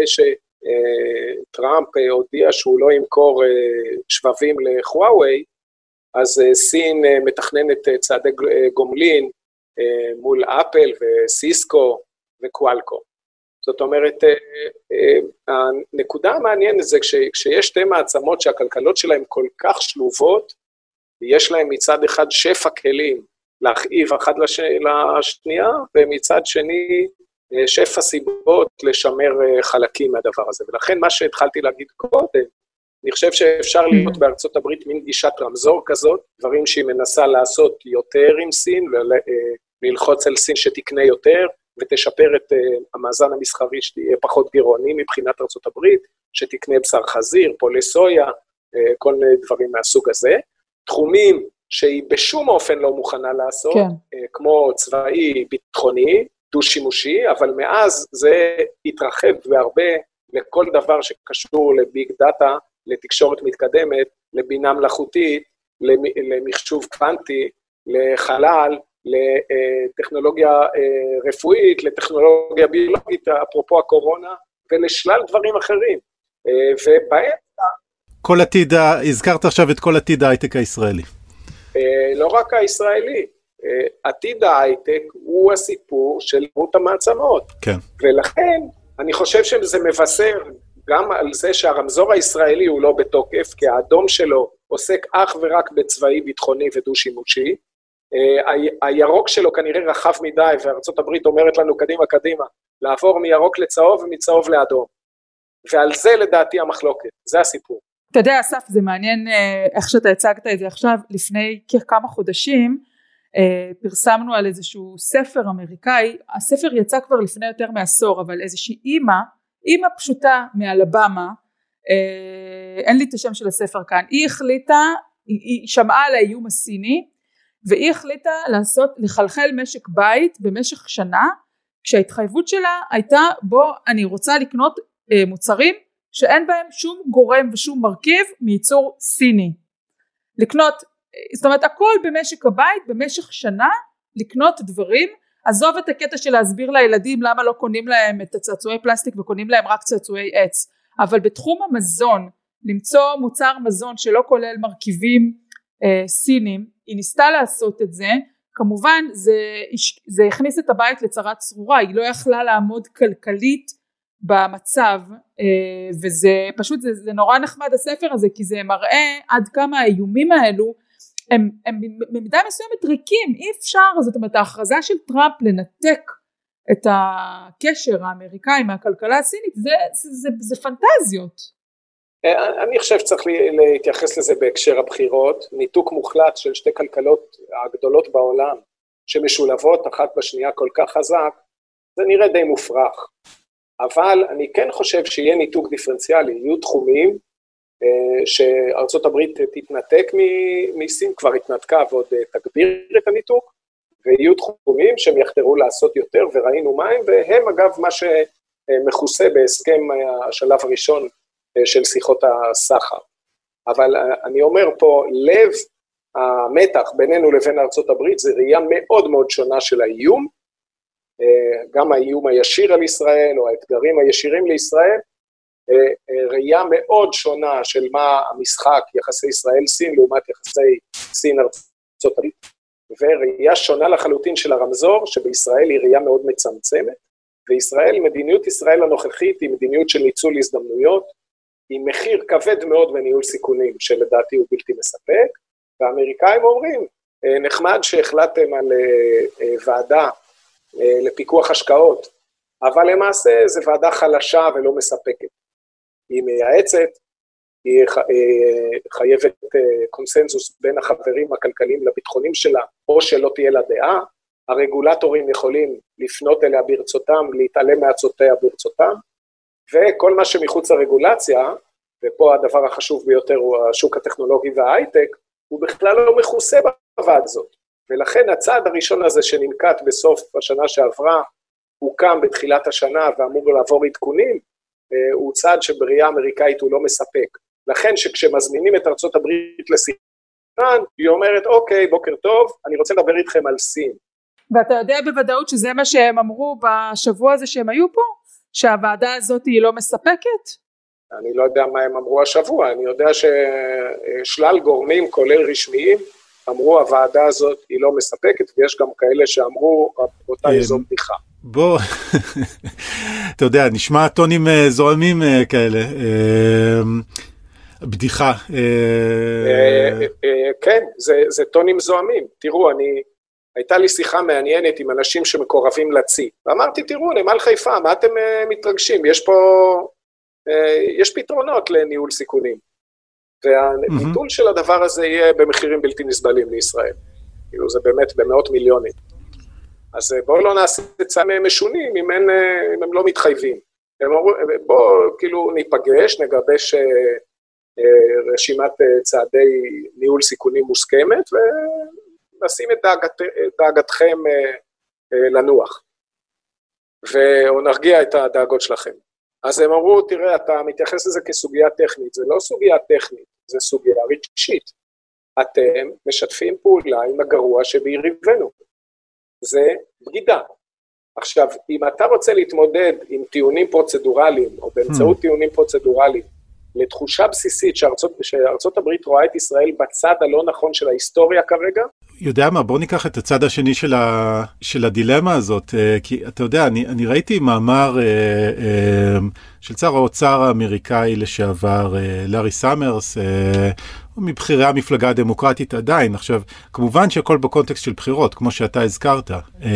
שטראמפ הודיע שהוא לא ימכור שבבים לחוואווי, אז סין מתכננת צעדי גומלין מול אפל וסיסקו וקואלקום. זאת אומרת, הנקודה המעניינת זה כשיש שתי מעצמות שהכלכלות שלהן כל כך שלובות, יש להן מצד אחד שפע כלים להכאיב אחד לשנייה, ומצד שני שפע סיבות לשמר חלקים מהדבר הזה. ולכן מה שהתחלתי להגיד קודם, אני חושב שאפשר לראות בארצות הברית מין גישת רמזור כזאת, דברים שהיא מנסה לעשות יותר עם סין, וללחוץ על סין שתקנה יותר, ותשפר את המאזן המסחרי שתהיה פחות גירעוני מבחינת ארצות הברית, שתקנה בשר חזיר, פולי סויה, כל מיני דברים מהסוג הזה. תחומים שהיא בשום אופן לא מוכנה לעשות, כן. כמו צבאי, ביטחוני, דו-שימושי, אבל מאז זה התרחב בהרבה לכל דבר שקשור לביג דאטה, לתקשורת מתקדמת, לבינה מלאכותית, למחשוב קוונטי, לחלל, לטכנולוגיה רפואית, לטכנולוגיה ביולוגית, אפרופו הקורונה, ולשלל דברים אחרים. ובאמצע... כל עתיד, הזכרת עכשיו את כל עתיד ההייטק הישראלי. לא רק הישראלי, עתיד ההייטק הוא הסיפור של תרבות המעצמות. כן. ולכן אני חושב שזה מבשר גם על זה שהרמזור הישראלי הוא לא בתוקף, כי האדום שלו עוסק אך ורק בצבאי ביטחוני ודו-שימושי, הירוק שלו כנראה רחב מדי, וארצות הברית אומרת לנו קדימה קדימה, לעבור מירוק לצהוב ומצהוב לאדום. ועל זה לדעתי המחלוקת, זה הסיפור. אתה יודע אסף, זה מעניין איך שאתה הצגת את זה עכשיו, לפני כמה חודשים, פרסמנו על איזשהו ספר אמריקאי, הספר יצא כבר לפני יותר מעשור, אבל איזושהי אימא, אימא פשוטה מאלבמה, אין לי את השם של הספר כאן, היא החליטה, היא שמעה על האיום הסיני, והיא החליטה לעשות, לחלחל משק בית במשך שנה, כשההתחייבות שלה הייתה, בוא אני רוצה לקנות אה, מוצרים, שאין בהם שום גורם ושום מרכיב מייצור סיני. לקנות, זאת אומרת הכל במשק הבית, במשך שנה, לקנות דברים, עזוב את הקטע של להסביר לילדים, למה לא קונים להם את הצעצועי פלסטיק, וקונים להם רק צעצועי עץ, אבל בתחום המזון, למצוא מוצר מזון שלא כולל מרכיבים אה, סינים, היא ניסתה לעשות את זה, כמובן זה, זה הכניס את הבית לצרת צרורה, היא לא יכלה לעמוד כלכלית במצב, וזה פשוט, זה, זה נורא נחמד הספר הזה, כי זה מראה עד כמה האיומים האלו, הם, הם במידה מסוימת ריקים, אי אפשר, זאת אומרת ההכרזה של טראמפ לנתק את הקשר האמריקאי מהכלכלה הסינית, זה, זה, זה, זה פנטזיות. אני חושב שצריך להתייחס לזה בהקשר הבחירות, ניתוק מוחלט של שתי כלכלות הגדולות בעולם, שמשולבות אחת בשנייה כל כך חזק, זה נראה די מופרך. אבל אני כן חושב שיהיה ניתוק דיפרנציאלי, יהיו תחומים שארצות הברית תתנתק מסין, כבר התנתקה ועוד תגביר את הניתוק, ויהיו תחומים שהם יחתרו לעשות יותר, וראינו מהם, והם אגב מה שמכוסה בהסכם השלב הראשון, של שיחות הסחר. אבל אני אומר פה, לב המתח בינינו לבין ארצות הברית, זה ראייה מאוד מאוד שונה של האיום, גם האיום הישיר על ישראל, או האתגרים הישירים לישראל, ראייה מאוד שונה של מה המשחק, יחסי ישראל-סין, לעומת יחסי סין-ארצות הברית. וראייה שונה לחלוטין של הרמזור, שבישראל היא ראייה מאוד מצמצמת, וישראל, מדיניות ישראל הנוכחית היא מדיניות של ניצול הזדמנויות, היא מחיר כבד מאוד בניהול סיכונים, שלדעתי הוא בלתי מספק, והאמריקאים אומרים, נחמד שהחלטתם על ועדה לפיקוח השקעות, אבל למעשה זו ועדה חלשה ולא מספקת. היא מייעצת, היא חייבת קונסנזוס בין החברים הכלכליים לביטחונים שלה, או שלא תהיה לה דעה, הרגולטורים יכולים לפנות אליה ברצותם, להתעלם מעצותיה ברצותם, וכל מה שמחוץ לרגולציה, ופה הדבר החשוב ביותר הוא השוק הטכנולוגי וההייטק, הוא בכלל לא מכוסה בוועד הזאת. ולכן הצעד הראשון הזה שננקט בסוף השנה שעברה, הוא קם בתחילת השנה ואמור לעבור עדכונים, הוא צעד שבראייה אמריקאית הוא לא מספק. לכן שכשמזמינים את ארצות הברית לסין, היא אומרת, אוקיי, בוקר טוב, אני רוצה לדבר איתכם על סין. ואתה יודע בוודאות שזה מה שהם אמרו בשבוע הזה שהם היו פה? שהוועדה הזאת היא לא מספקת? אני לא יודע מה הם אמרו השבוע, אני יודע ששלל גורמים, כולל רשמיים, אמרו הוועדה הזאת היא לא מספקת, ויש גם כאלה שאמרו, אותה זו בדיחה. בוא, אתה יודע, נשמע טונים זוהמים כאלה, בדיחה. כן, זה טונים זוהמים. תראו, אני, הייתה לי שיחה מעניינת עם אנשים שמקורבים לצי, ואמרתי, תראו, נמל חיפה, מה אתם מתרגשים? יש פה, יש פתרונות לניהול סיכונים, והביטול של הדבר הזה יהיה במחירים בלתי נסבלים לישראל. כאילו, זה באמת במאות מיליונים. אז בואו לא נעשה צעדים משונים אם, אין, אם הם לא מתחייבים. בואו כאילו ניפגש, נגבש רשימת צעדי ניהול סיכונים מוסכמת, ונשים את דאגת, דאגתכם לנוח, או נרגיע את הדאגות שלכם. אז הם אמרו, תראה, אתה מתייחס לזה כסוגיה טכנית, זה לא סוגיה טכנית, זה סוגיה רגשית. אתם משתפים פעולה עם הגרוע שביריבנו. זה בגידה. עכשיו, אם אתה רוצה להתמודד עם טיעונים פרוצדורליים, או באמצעות טיעונים פרוצדורליים, לתחושה בסיסית שארצות, שארצות הברית רואה את ישראל בצד הלא נכון של ההיסטוריה כרגע? יודע מה, בוא ניקח את הצד השני של, ה, של הדילמה הזאת, כי אתה יודע, אני, אני ראיתי מאמר של שר האוצר האמריקאי לשעבר, לארי סאמרס, מבחירי המפלגה הדמוקרטית עדיין. עכשיו, כמובן שהכל בקונטקסט של בחירות, כמו שאתה הזכרת.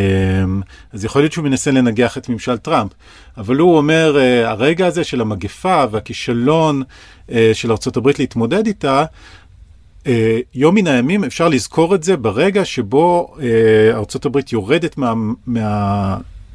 אז יכול להיות שהוא מנסה לנגח את ממשל טראמפ. אבל הוא אומר, הרגע הזה של המגפה והכישלון של ארצות הברית להתמודד איתה, יום מן הימים אפשר לזכור את זה ברגע שבו ארצות הברית יורדת מה... מה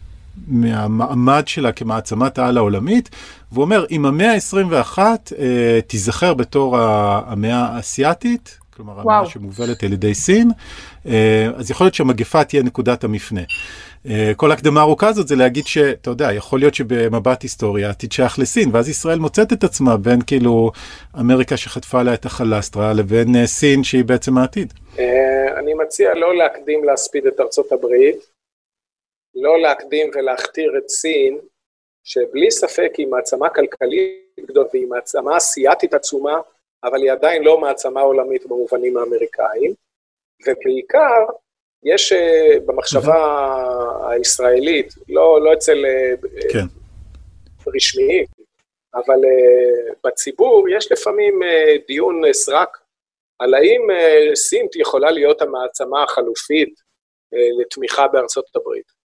מהמעמד שלה כמעצמת העל העולמית, והוא אומר, אם המאה ה-עשרים ואחת אה, תיזכר בתור המאה האסייתית, כלומר וואו. המאה שמובלת על ידי סין, אה, אז יכול להיות שהמגפה תהיה נקודת המפנה. אה, כל הקדמה הארוכה הזאת זה להגיד שאתה יודע, יכול להיות שבמבט היסטוריה עתיד שייך לסין, ואז ישראל מוצאת את עצמה בין כאילו אמריקה שחטפה לה את החלסטרה, לבין אה, סין שהיא בעצם העתיד. אה, אני מציע לא להקדים להספיד את ארצות הברית, לא להקדים ולהכתיר את סין, שבלי ספק היא מעצמה כלכלית גדולה, והיא מעצמה אסיאתית עצומה, אבל היא עדיין לא מעצמה עולמית במובנים האמריקאים, ובעיקר יש במחשבה הישראלית, לא, לא אצל כן. רשמיים, אבל בציבור יש לפעמים דיון סרק, על האם סין יכולה להיות המעצמה החלופית לתמיכה בארצות הברית.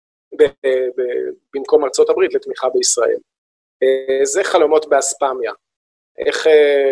במקום ארצות הברית לתמיכה בישראל. זה חלומות באספמיה. איך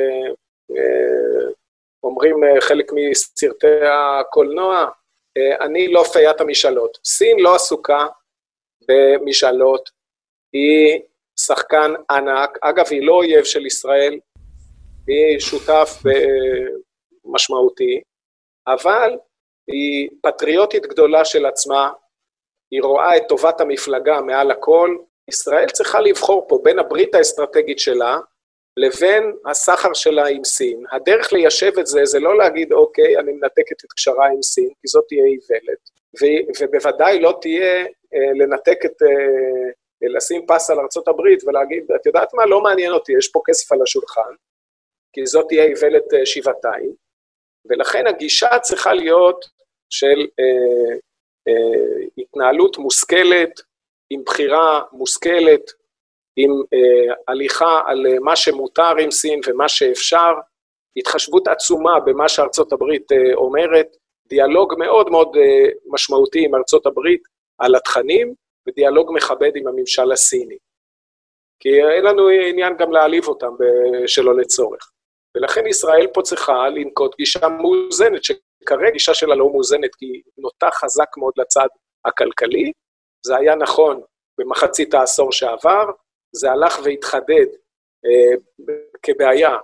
אומרים חלק מסרטי הקולנוע, אני לא פיית המשאלות. סין לא עסוקה במשאלות, היא שחקן ענק, אגב היא לא אויב של ישראל, היא שותף משמעותי, אבל היא פטריוטית גדולה של עצמה, היא רואה את טובת המפלגה מעל הכל, ישראל צריכה לבחור פה בין הברית האסטרטגית שלה, לבין הסחר שלה עם סין. הדרך ליישב את זה, זה לא להגיד, אוקיי, אני מנתקת את קשרה עם סין, כי זאת תהיה איוולת, ובוודאי לא תהיה לנתק את, לשים פס על ארצות הברית, ולהגיד, את יודעת מה, לא מעניין אותי, יש פה כסף על השולחן, כי זאת תהיה איוולת שבעתיים, ולכן הגישה צריכה להיות, של אה, אה, התנהלות מושכלת, עם בחירה מושכלת, עם אה, הליכה על מה שמותר עם סין ומה שאפשר, התחשבות עצומה במה שארצות הברית אה, אומרת, דיאלוג מאוד מאוד אה, משמעותי עם ארצות הברית על התכנים, ודיאלוג מכבד עם הממשל הסיני. כי אין לנו עניין גם להעליב אותם שלא לצורך. ולכן ישראל פה צריכה לנקוט גישה מאוזנת, שכרגע גישה שלה לא מאוזנת, כי היא נוטה חזק מאוד לצד הכלכלי, זה היה נכון במחצית העשור שעבר, זה הלך והתחדד אה, כבעיה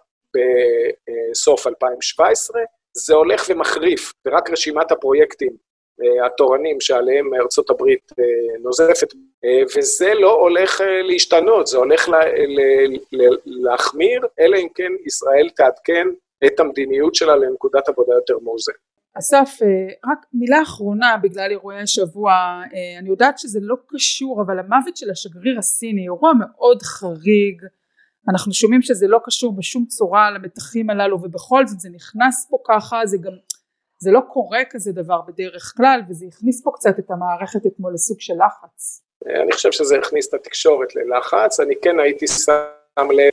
בסוף אלפיים שבע עשרה, זה הולך ומחריף, ורק רשימת הפרויקטים אה, התורנים שעליהם ארצות הברית אה, נוזפת, אה, וזה לא הולך אה, להשתנות, זה הולך לה, ל, ל, להחמיר, אלא אם כן ישראל תעדכן את המדיניות שלה לנקודת עבודה יותר מאוזנת. אסף, רק מילה אחרונה בגלל אירועי השבוע, אני יודעת שזה לא קשור, אבל המוות של השגריר הסיני, אירוע מאוד חריג, אנחנו שומעים שזה לא קשור בשום צורה למתחים הללו, ובכל זאת זה נכנס פה ככה, זה גם, זה לא קורה כזה דבר בדרך כלל, וזה הכניס פה קצת את המערכת אתמול לסוג של לחץ. אני חושב שזה הכניס את התקשורת ללחץ, אני כן הייתי שם לב,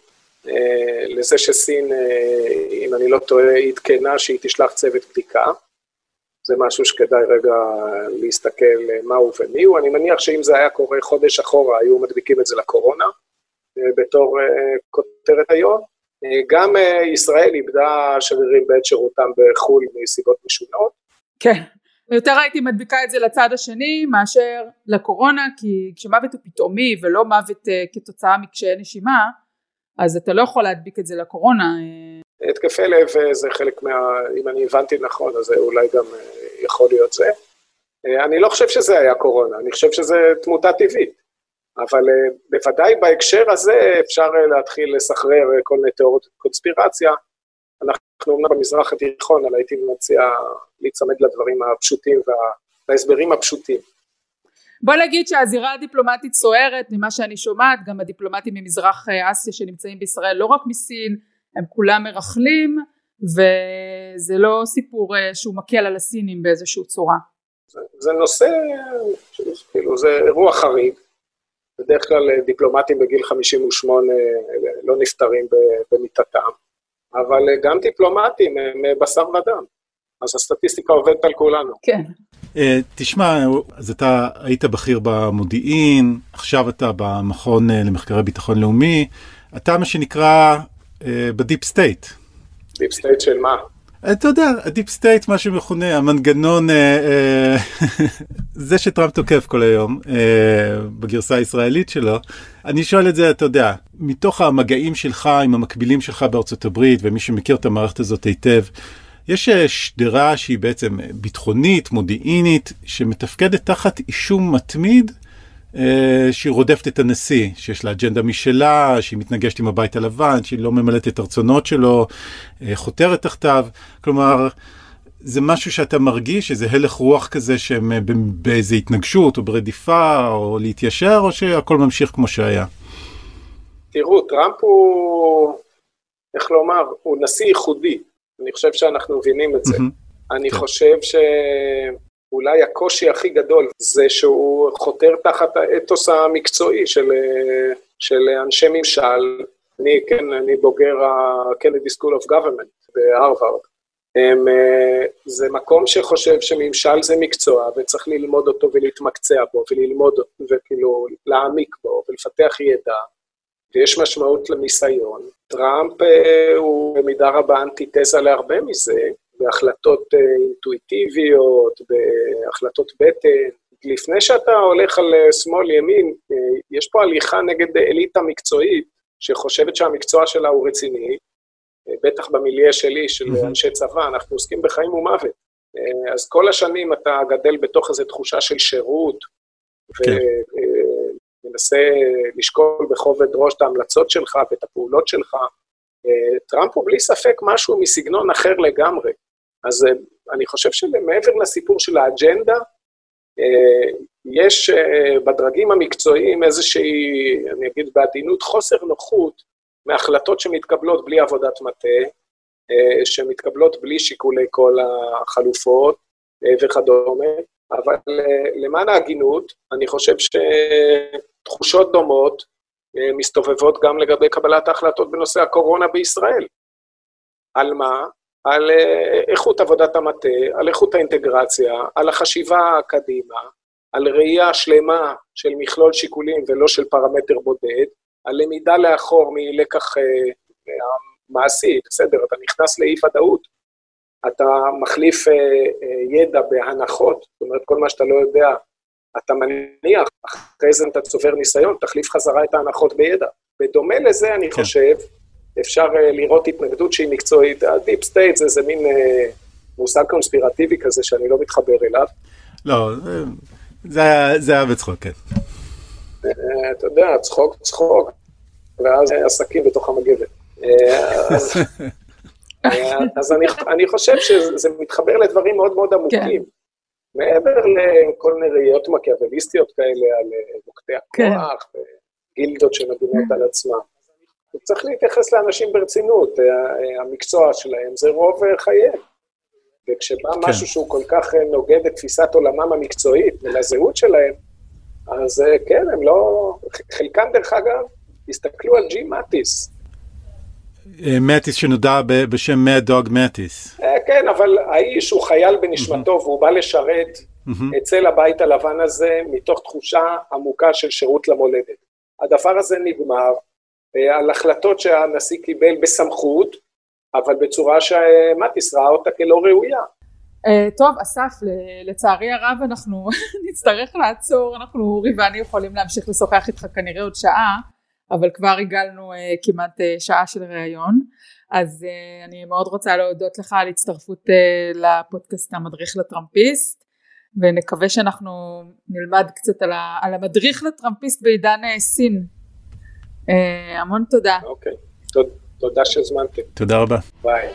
לזה שסין, אם אני לא טועה, התקנה שהיא תשלח צוות בדיקה, זה משהו שכדאי רגע להסתכל מהו ומיהו, אני מניח שאם זה היה קורה חודש אחורה, היו מדביקים את זה לקורונה, בתור כותרת היום, גם ישראל איבדה שגרירים בעת שירותם בחול מסיבות משונות. כן, יותר הייתי מדביקה את זה לצד השני, מאשר לקורונה, כי כשמוות הוא פתאומי, ולא מוות כתוצאה מקשיי נשימה, אז אתה לא יכול להדביק את זה לקורונה. התקפי לב זה חלק מה, אם אני הבנתי נכון, אז אולי גם יכול להיות זה. אני לא חושב שזה היה קורונה, אני חושב שזה תמותה טבעית, אבל בוודאי בהקשר הזה אפשר להתחיל לסחרר כל מיני תיאוריות קונספירציה. אנחנו אומנם במזרח התיכון, אבל הייתי מציע להצמד לדברים הפשוטים וההסברים הפשוטים. בוא נגיד שהזירה הדיפלומטית סוערת, ממה שאני שומעת, גם הדיפלומטים ממזרח אסיה שנמצאים בישראל, לא רק מסין, הם כולם מרחלים, וזה לא סיפור שהוא מקל על הסינים באיזושהי צורה. זה, זה נושא, כאילו, זה אירוע חריג, בדרך כלל דיפלומטים בגיל חמישים ושמונה לא נפטרים במיטתם, אבל גם דיפלומטים הם בשר ודם, אז הסטטיסטיקה עובדת על כולנו. כן. תשמע, אז אתה היית בכיר במודיעין, עכשיו אתה במכון למחקרי ביטחון לאומי, אתה מה שנקרא בדיפ סטייט. דיפ סטייט של מה? אתה יודע, הדיפ סטייט, מה שמכונה, המנגנון, זה שטראמפ תוקף כל היום, בגרסה הישראלית שלו, אני שואל את זה, אתה יודע, מתוך המגעים שלך עם המקבילים שלך בארצות הברית, ומי שמכיר את המערכת הזאת היטב, יש שדרה שהיא בעצם ביטחונית, מודיעינית, שמתפקדת תחת אישום מתמיד, שהיא רודפת את הנשיא, שיש לה אג'נדה משלה, שהיא מתנגשת עם הבית הלבן, שהיא לא ממלאת את הרצונות שלו, חותרת תחתיו. כלומר, זה משהו שאתה מרגיש, איזה הלך רוח כזה, שהם באיזו התנגשות או ברדיפה, או להתיישר, או שהכל ממשיך כמו שהיה? תראו, טראמפ הוא, איך לומר, הוא נשיא ייחודי. אני חושב שאנחנו מבינים את זה. אני חושב שאולי הקושי הכי גדול זה שהוא חותר תחת האתוס המקצועי של, של אנשי ממשל. אני, כן, אני בוגר ה-Kennedy School of Government בהרווארד. זה מקום שחושב שממשל זה מקצוע, וצריך ללמוד אותו ולהתמקצע בו, וללמוד וכאילו להעמיק בו, ולפתח ידע. ויש משמעות לניסיון. טראמפ הוא במידה רבה אנטיתזה להרבה מזה, בהחלטות אינטואיטיביות, בהחלטות בטן. לפני שאתה הולך על שמאל ימין, יש פה הליכה נגד אליטה מקצועית, שחושבת שהמקצוע שלה הוא רציני, בטח במיליה שלי, של אנשי צבא, אנחנו עוסקים בחיים ומוות. אז כל השנים אתה גדל בתוך איזו תחושה של שירות, ו... מנסה לשקול בכובד ראש את ההמלצות שלך ואת הפעולות שלך. טראמפ הוא בלי ספק משהו מסגנון אחר לגמרי. אז אני חושב שמעבר לסיפור של האג'נדה, יש בדרגים המקצועיים איזושהי, אני אגיד בעדינות, חוסר נוחות מהחלטות שמתקבלות בלי עבודת מטה, שמתקבלות בלי שיקולי כל החלופות, וכדומה, אבל למען ההגינות, אני חושב שתחושות דומות מסתובבות גם לגבי קבלת ההחלטות בנושא הקורונה בישראל. על מה? על איכות עבודת המטה, על איכות האינטגרציה, על החשיבה קדימה, על ראייה שלמה של מכלול שיקולים ולא של פרמטר בודד, על למידה לאחור מלקח מעשי, בסדר, אתה נכנס לאי ודאות, אתה מחליף ידע בהנחות, זאת אומרת כל מה שאתה לא יודע, אתה מניח, אחרי זה אתה צובר ניסיון, תחליף חזרה את ההנחות בידע. בדומה לזה אני כן. חושב, אפשר לראות התנגדות שהיא מקצועית, הדיפ סטייט זה איזה מין מושג קונספירטיבי כזה שאני לא מתחבר אליו. לא, זה, זה היה בצחוק, כן. אתה יודע, צחוק, צחוק, ואז עסקים בתוך המגבת. אז, אז אני, אני חושב שזה מתחבר לדברים מאוד מאוד עמוקים. כן. מעבר לכל מיני ראיות מקיאווליסטיות כאלה על מוקדי הכוח, כן. וגילדות שמדינות על עצמם. צריך להתייחס לאנשים ברצינות, המקצוע שלהם זה רוב חייהם. וכשבא כן. משהו שהוא כל כך נוגד את תפיסת עולמם המקצועית ולזהות שלהם, אז כן, הם לא... חלקם דרך אגב, הסתכלו על ג'י מאטיס. מאטיס שנודע בשם מד דוג מאטיס. כן, אבל האיש הוא חייל בנשמתו, והוא בא לשרת אצל הבית הלבן הזה, מתוך תחושה עמוקה של שירות למולדת. הדבר הזה נגמר על החלטות שהנשיא קיבל בסמכות, אבל בצורה שמאטיס ראה אותה כלא ראויה. טוב, אסף, לצערי הרב אנחנו נצטרך לעצור, אנחנו אורי ואני יכולים להמשיך לשוחח איתך כנראה עוד שעה, אבל כבר הגענו כמעט שעה של ראיון, אז אני מאוד רוצה להודות לך על הצטרפות לפודקאסט המדריך לטראמפיסט, ונקווה שאנחנו נלמד קצת על המדריך לטראמפיסט בעידן סין. המון תודה. אוקיי, תודה שהזמנתם. תודה רבה. ביי.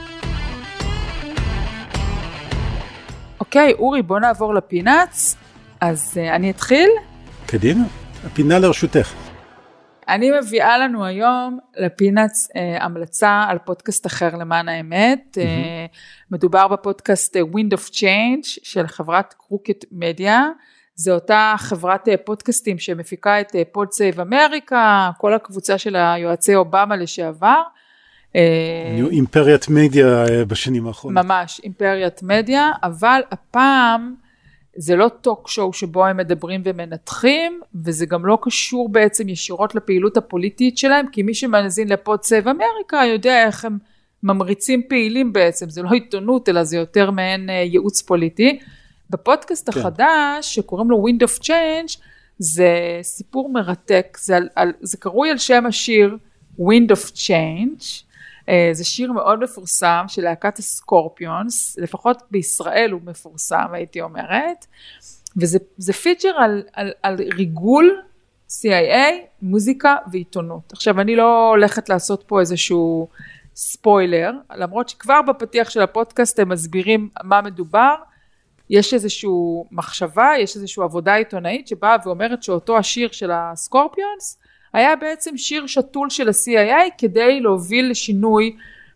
אוקיי, אורי, בוא נעבור לפינאץ. אז uh, אני אתחיל. קדימה, הפינה לרשותך. אני מביאה לנו היום לפינאץ uh, המלצה על פודקאסט אחר למען האמת. Mm-hmm. Uh, מדובר בפודקאסט uh, Wind of Change של חברת קרוקט מדיה. זו אותה חברת uh, פודקאסטים שמפיקה את uh, פודסייב אמריקה, כל הקבוצה של היועצי אובמה לשעבר. אימפריית מדיה בשנים האחרונות. ממש, אימפריית מדיה, אבל הפעם זה לא טוק שואו שבו הם מדברים ומנתחים, וזה גם לא קשור בעצם ישירות לפעילות הפוליטית שלהם, כי מי שמאזין לפודסייב אמריקה יודע איך הם ממריצים פעילים בעצם, זה לא עיתונות, אלא זה יותר מעין ייעוץ פוליטי. בפודקאסט כן. החדש, שקוראים לו Wind of Change, זה סיפור מרתק, זה, על, על, זה קרוי על שם השיר Wind of Change, זה שיר מאוד מפורסם של להקת הסקורפיונס, לפחות בישראל הוא מפורסם, הייתי אומרת, וזה זה פיצ'ר על, על, על ריגול, סי איי איי, מוזיקה ועיתונות. עכשיו אני לא הולכת לעשות פה איזשהו ספוילר, למרות שכבר בפתיח של הפודקאסט הם מסבירים מה מדובר, יש איזשהו מחשבה, יש איזשהו עבודה עיתונאית שבאה ואומרת שאותו השיר של הסקורפיונס, היה בעצם שיר שתול של ה-סי איי איי כדי להוביל לשינוי,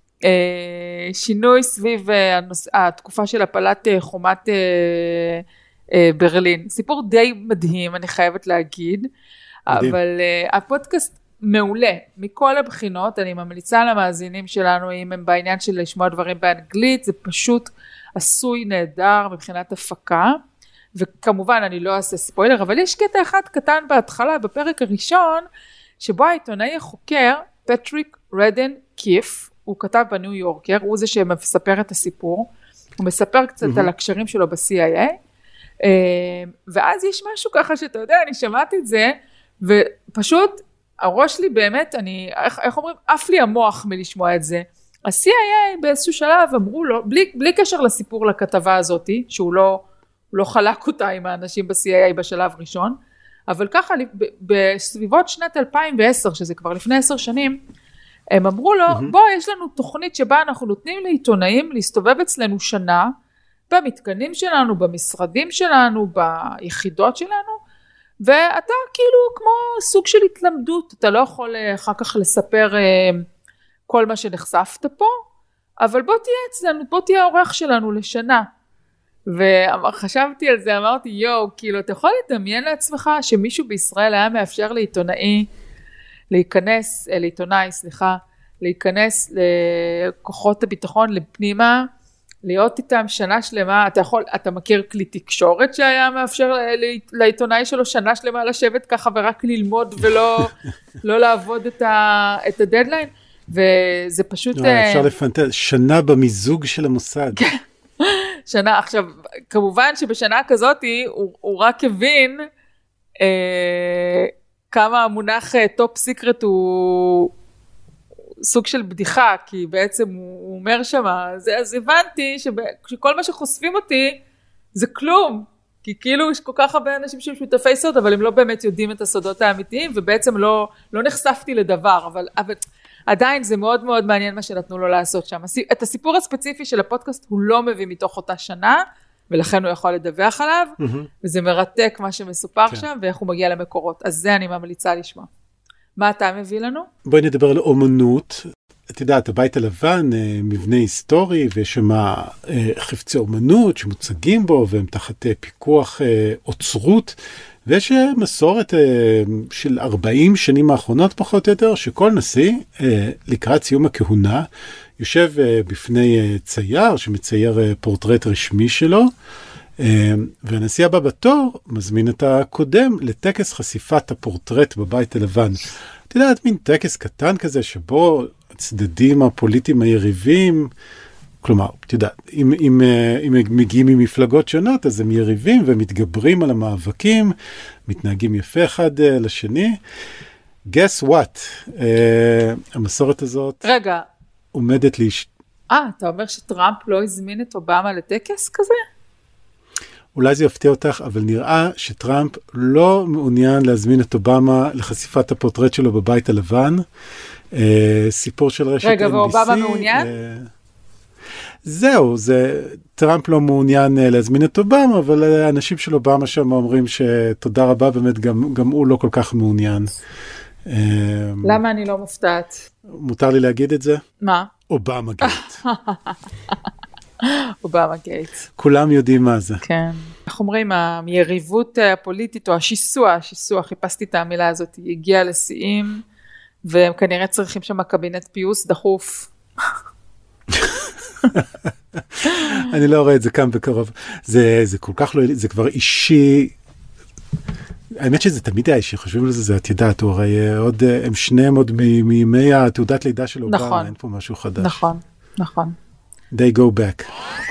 שינוי סביב התקופה של הפלת חומת ברלין. סיפור די מדהים, אני חייבת להגיד, מדהים. אבל הפודקאסט מעולה, מכל הבחינות, אני ממליצה למאזינים שלנו, אם הם בעניין של לשמוע דברים באנגלית, זה פשוט עשוי נהדר מבחינת הפקה, וכמובן אני לא אעשה ספוילר, אבל יש קטע אחד קטן בהתחלה, בפרק הראשון, שבו העיתונאי החוקר, פטריק רדן קיף, הוא כתב בניו יורקר, הוא זה שמספר את הסיפור, הוא מספר קצת mm-hmm. על הקשרים שלו ב-סי איי איי, ואז יש משהו ככה שאתה יודע, אני שמעתי את זה, ופשוט הראש לי באמת, אני, איך, איך אומרים, אף לי המוח מלשמוע את זה, ה-סי איי איי באיזשהו שלב אמרו לו, בלי, בלי קשר לסיפור לכתבה הזאת, שהוא לא, לא חלק אותה עם האנשים ב-סי איי איי בשלב ראשון, אבל ככה בסביבות שנת אלפיים ועשר, שזה כבר לפני עשר שנים, הם אמרו לו, mm-hmm. בוא יש לנו תוכנית שבה אנחנו נותנים לעיתונאים להסתובב אצלנו שנה, במתקנים שלנו, במשרדים שלנו, ביחידות שלנו, ואתה כאילו כמו סוג של התלמדות, אתה לא יכול אחר כך לספר כל מה שנחשפת פה, אבל בוא תהיה אצלנו, בוא תהיה האורח שלנו לשנה. וחשבתי על זה, אמרתי, יו, כאילו, אתה יכול לדמיין לעצמך שמישהו בישראל היה מאפשר לעיתונאי להיכנס, לעיתונאי, סליחה, להיכנס לכוחות הביטחון לפנימה, להיות איתם שנה שלמה, אתה יכול, אתה מכיר כלי תקשורת שהיה מאפשר לעיתונאי שלו שנה שלמה לשבת ככה ורק ללמוד ולא לא לעבוד את, ה, את הדדליין, וזה פשוט... לא, אפשר לפנטז, שנה במיזוג של המוסד. שנה, עכשיו, כמובן שבשנה כזאת הוא, הוא רק הבין אה, כמה המונח טופ סיקרט הוא... סוג של בדיחה, כי בעצם הוא אומר שמה, אז הבנתי שכל מה שחושפים אותי זה כלום, כי כאילו יש כל כך הרבה אנשים שהם שותפי סוד, אבל הם לא באמת יודעים את הסודות האמיתיים, ובעצם לא, לא נחשפתי לדבר, אבל, אבל עדיין זה מאוד מאוד מעניין מה שנתנו לו לעשות שם. את הסיפור הספציפי של הפודקאסט הוא לא מביא מתוך אותה שנה, ולכן הוא יכול לדווח עליו, mm-hmm. וזה מרתק מה שמסופר כן. שם, ואיך הוא מגיע למקורות. אז זה אני ממליצה לשמוע. מה אתה מביא לנו? בואי נדבר על אומנות. את יודעת, הבית הלבן, מבנה היסטורי, ויש שם חפצי אומנות שמוצגים בו, והם תחת פיקוח אוצרות, ויש מסורת של ארבעים שנים האחרונות פחות או יותר, שכל נשיא לקראת סיום הכהונה, יושב בפני צייר, שמצייר פורטרט רשמי שלו, והנשיא הבא בתור מזמין את הקודם לטקס חשיפת הפורטרט בבית הלבן. את יודעת, מין טקס קטן כזה שבו הצדדים הפוליטיים היריבים, כלומר, את יודעת, אם, אם, אם מגיעים ממפלגות שונות, אז הם יריבים ומתגברים על המאבקים, מתנהגים יפה אחד לשני. Guess what? המסורת הזאת רגע. עומדת להש... אה, אתה אומר שטראמפ לא הזמין את אובמה לטקס כזה? אולי זה יפתיע אותך, אבל נראה שטראמפ לא מעוניין להזמין את אובמה לחשיפת הפורטרט שלו בבית הלבן. אה, סיפור של רשת רגע, אן בי סי. רגע, ואובמה מעוניין? אה, זהו, זה, טראמפ לא מעוניין אה, להזמין את אובמה, אבל האנשים של אובמה שם אומרים שתודה רבה, באמת גם, גם הוא לא כל כך מעוניין. אה, למה אני לא מופתעת? מותר לי להגיד את זה? מה? אובמה גייט. אובמה גייט. כולם יודעים מה זה. כן. איך אומרים, היריבות הפוליטית או השיסוע, השיסוע, חיפשתי את המילה הזאת, היא הגיעה לשיאים, והם כנראה צריכים שם קבינט פיוס דחוף. אני לא רואה את זה כאן בקרוב. זה, זה כל כך לא, זה כבר אישי, האמת שזה תמיד היה אישי, חושבים על זה, זה את יודעת, הוא הרי עוד, הם שניהם עוד מימי התעודת לידה של אובמה, נכון. אין פה משהו חדש. נכון, נכון. They go back.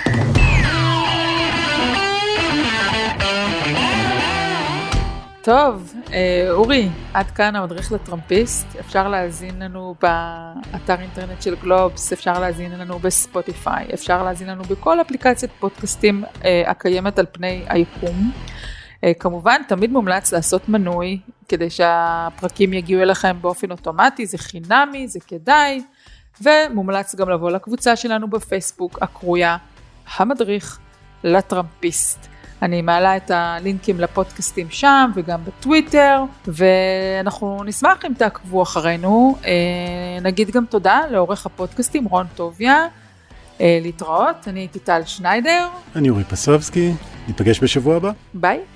טוב, אורי, עד כאן המדריך לטראמפיסט. אפשר להזין לנו באתר אינטרנט של גלובס, אפשר להזין לנו בספוטיפיי, אפשר להזין לנו בכל אפליקציית פודקאסטים הקיימת על פני היקום. כמובן, תמיד מומלץ לעשות מנוי, כדי שהפרקים יגיעו אליכם באופן אוטומטי, זה חינמי, זה כדאי, ומומלץ גם לבוא לקבוצה שלנו בפייסבוק, הקרויה המדריך לטראמפיסט. אני מעלה את הלינקים לפודקאסטים שם וגם בטוויטר, ואנחנו נשמח אם תעקבו אחרינו. נגיד גם תודה לעורך הפודקאסטים רון טוביה. להתראות, אני הייתי טל שניידר. אני אורי פסובסקי, ניפגש בשבוע הבא. ביי.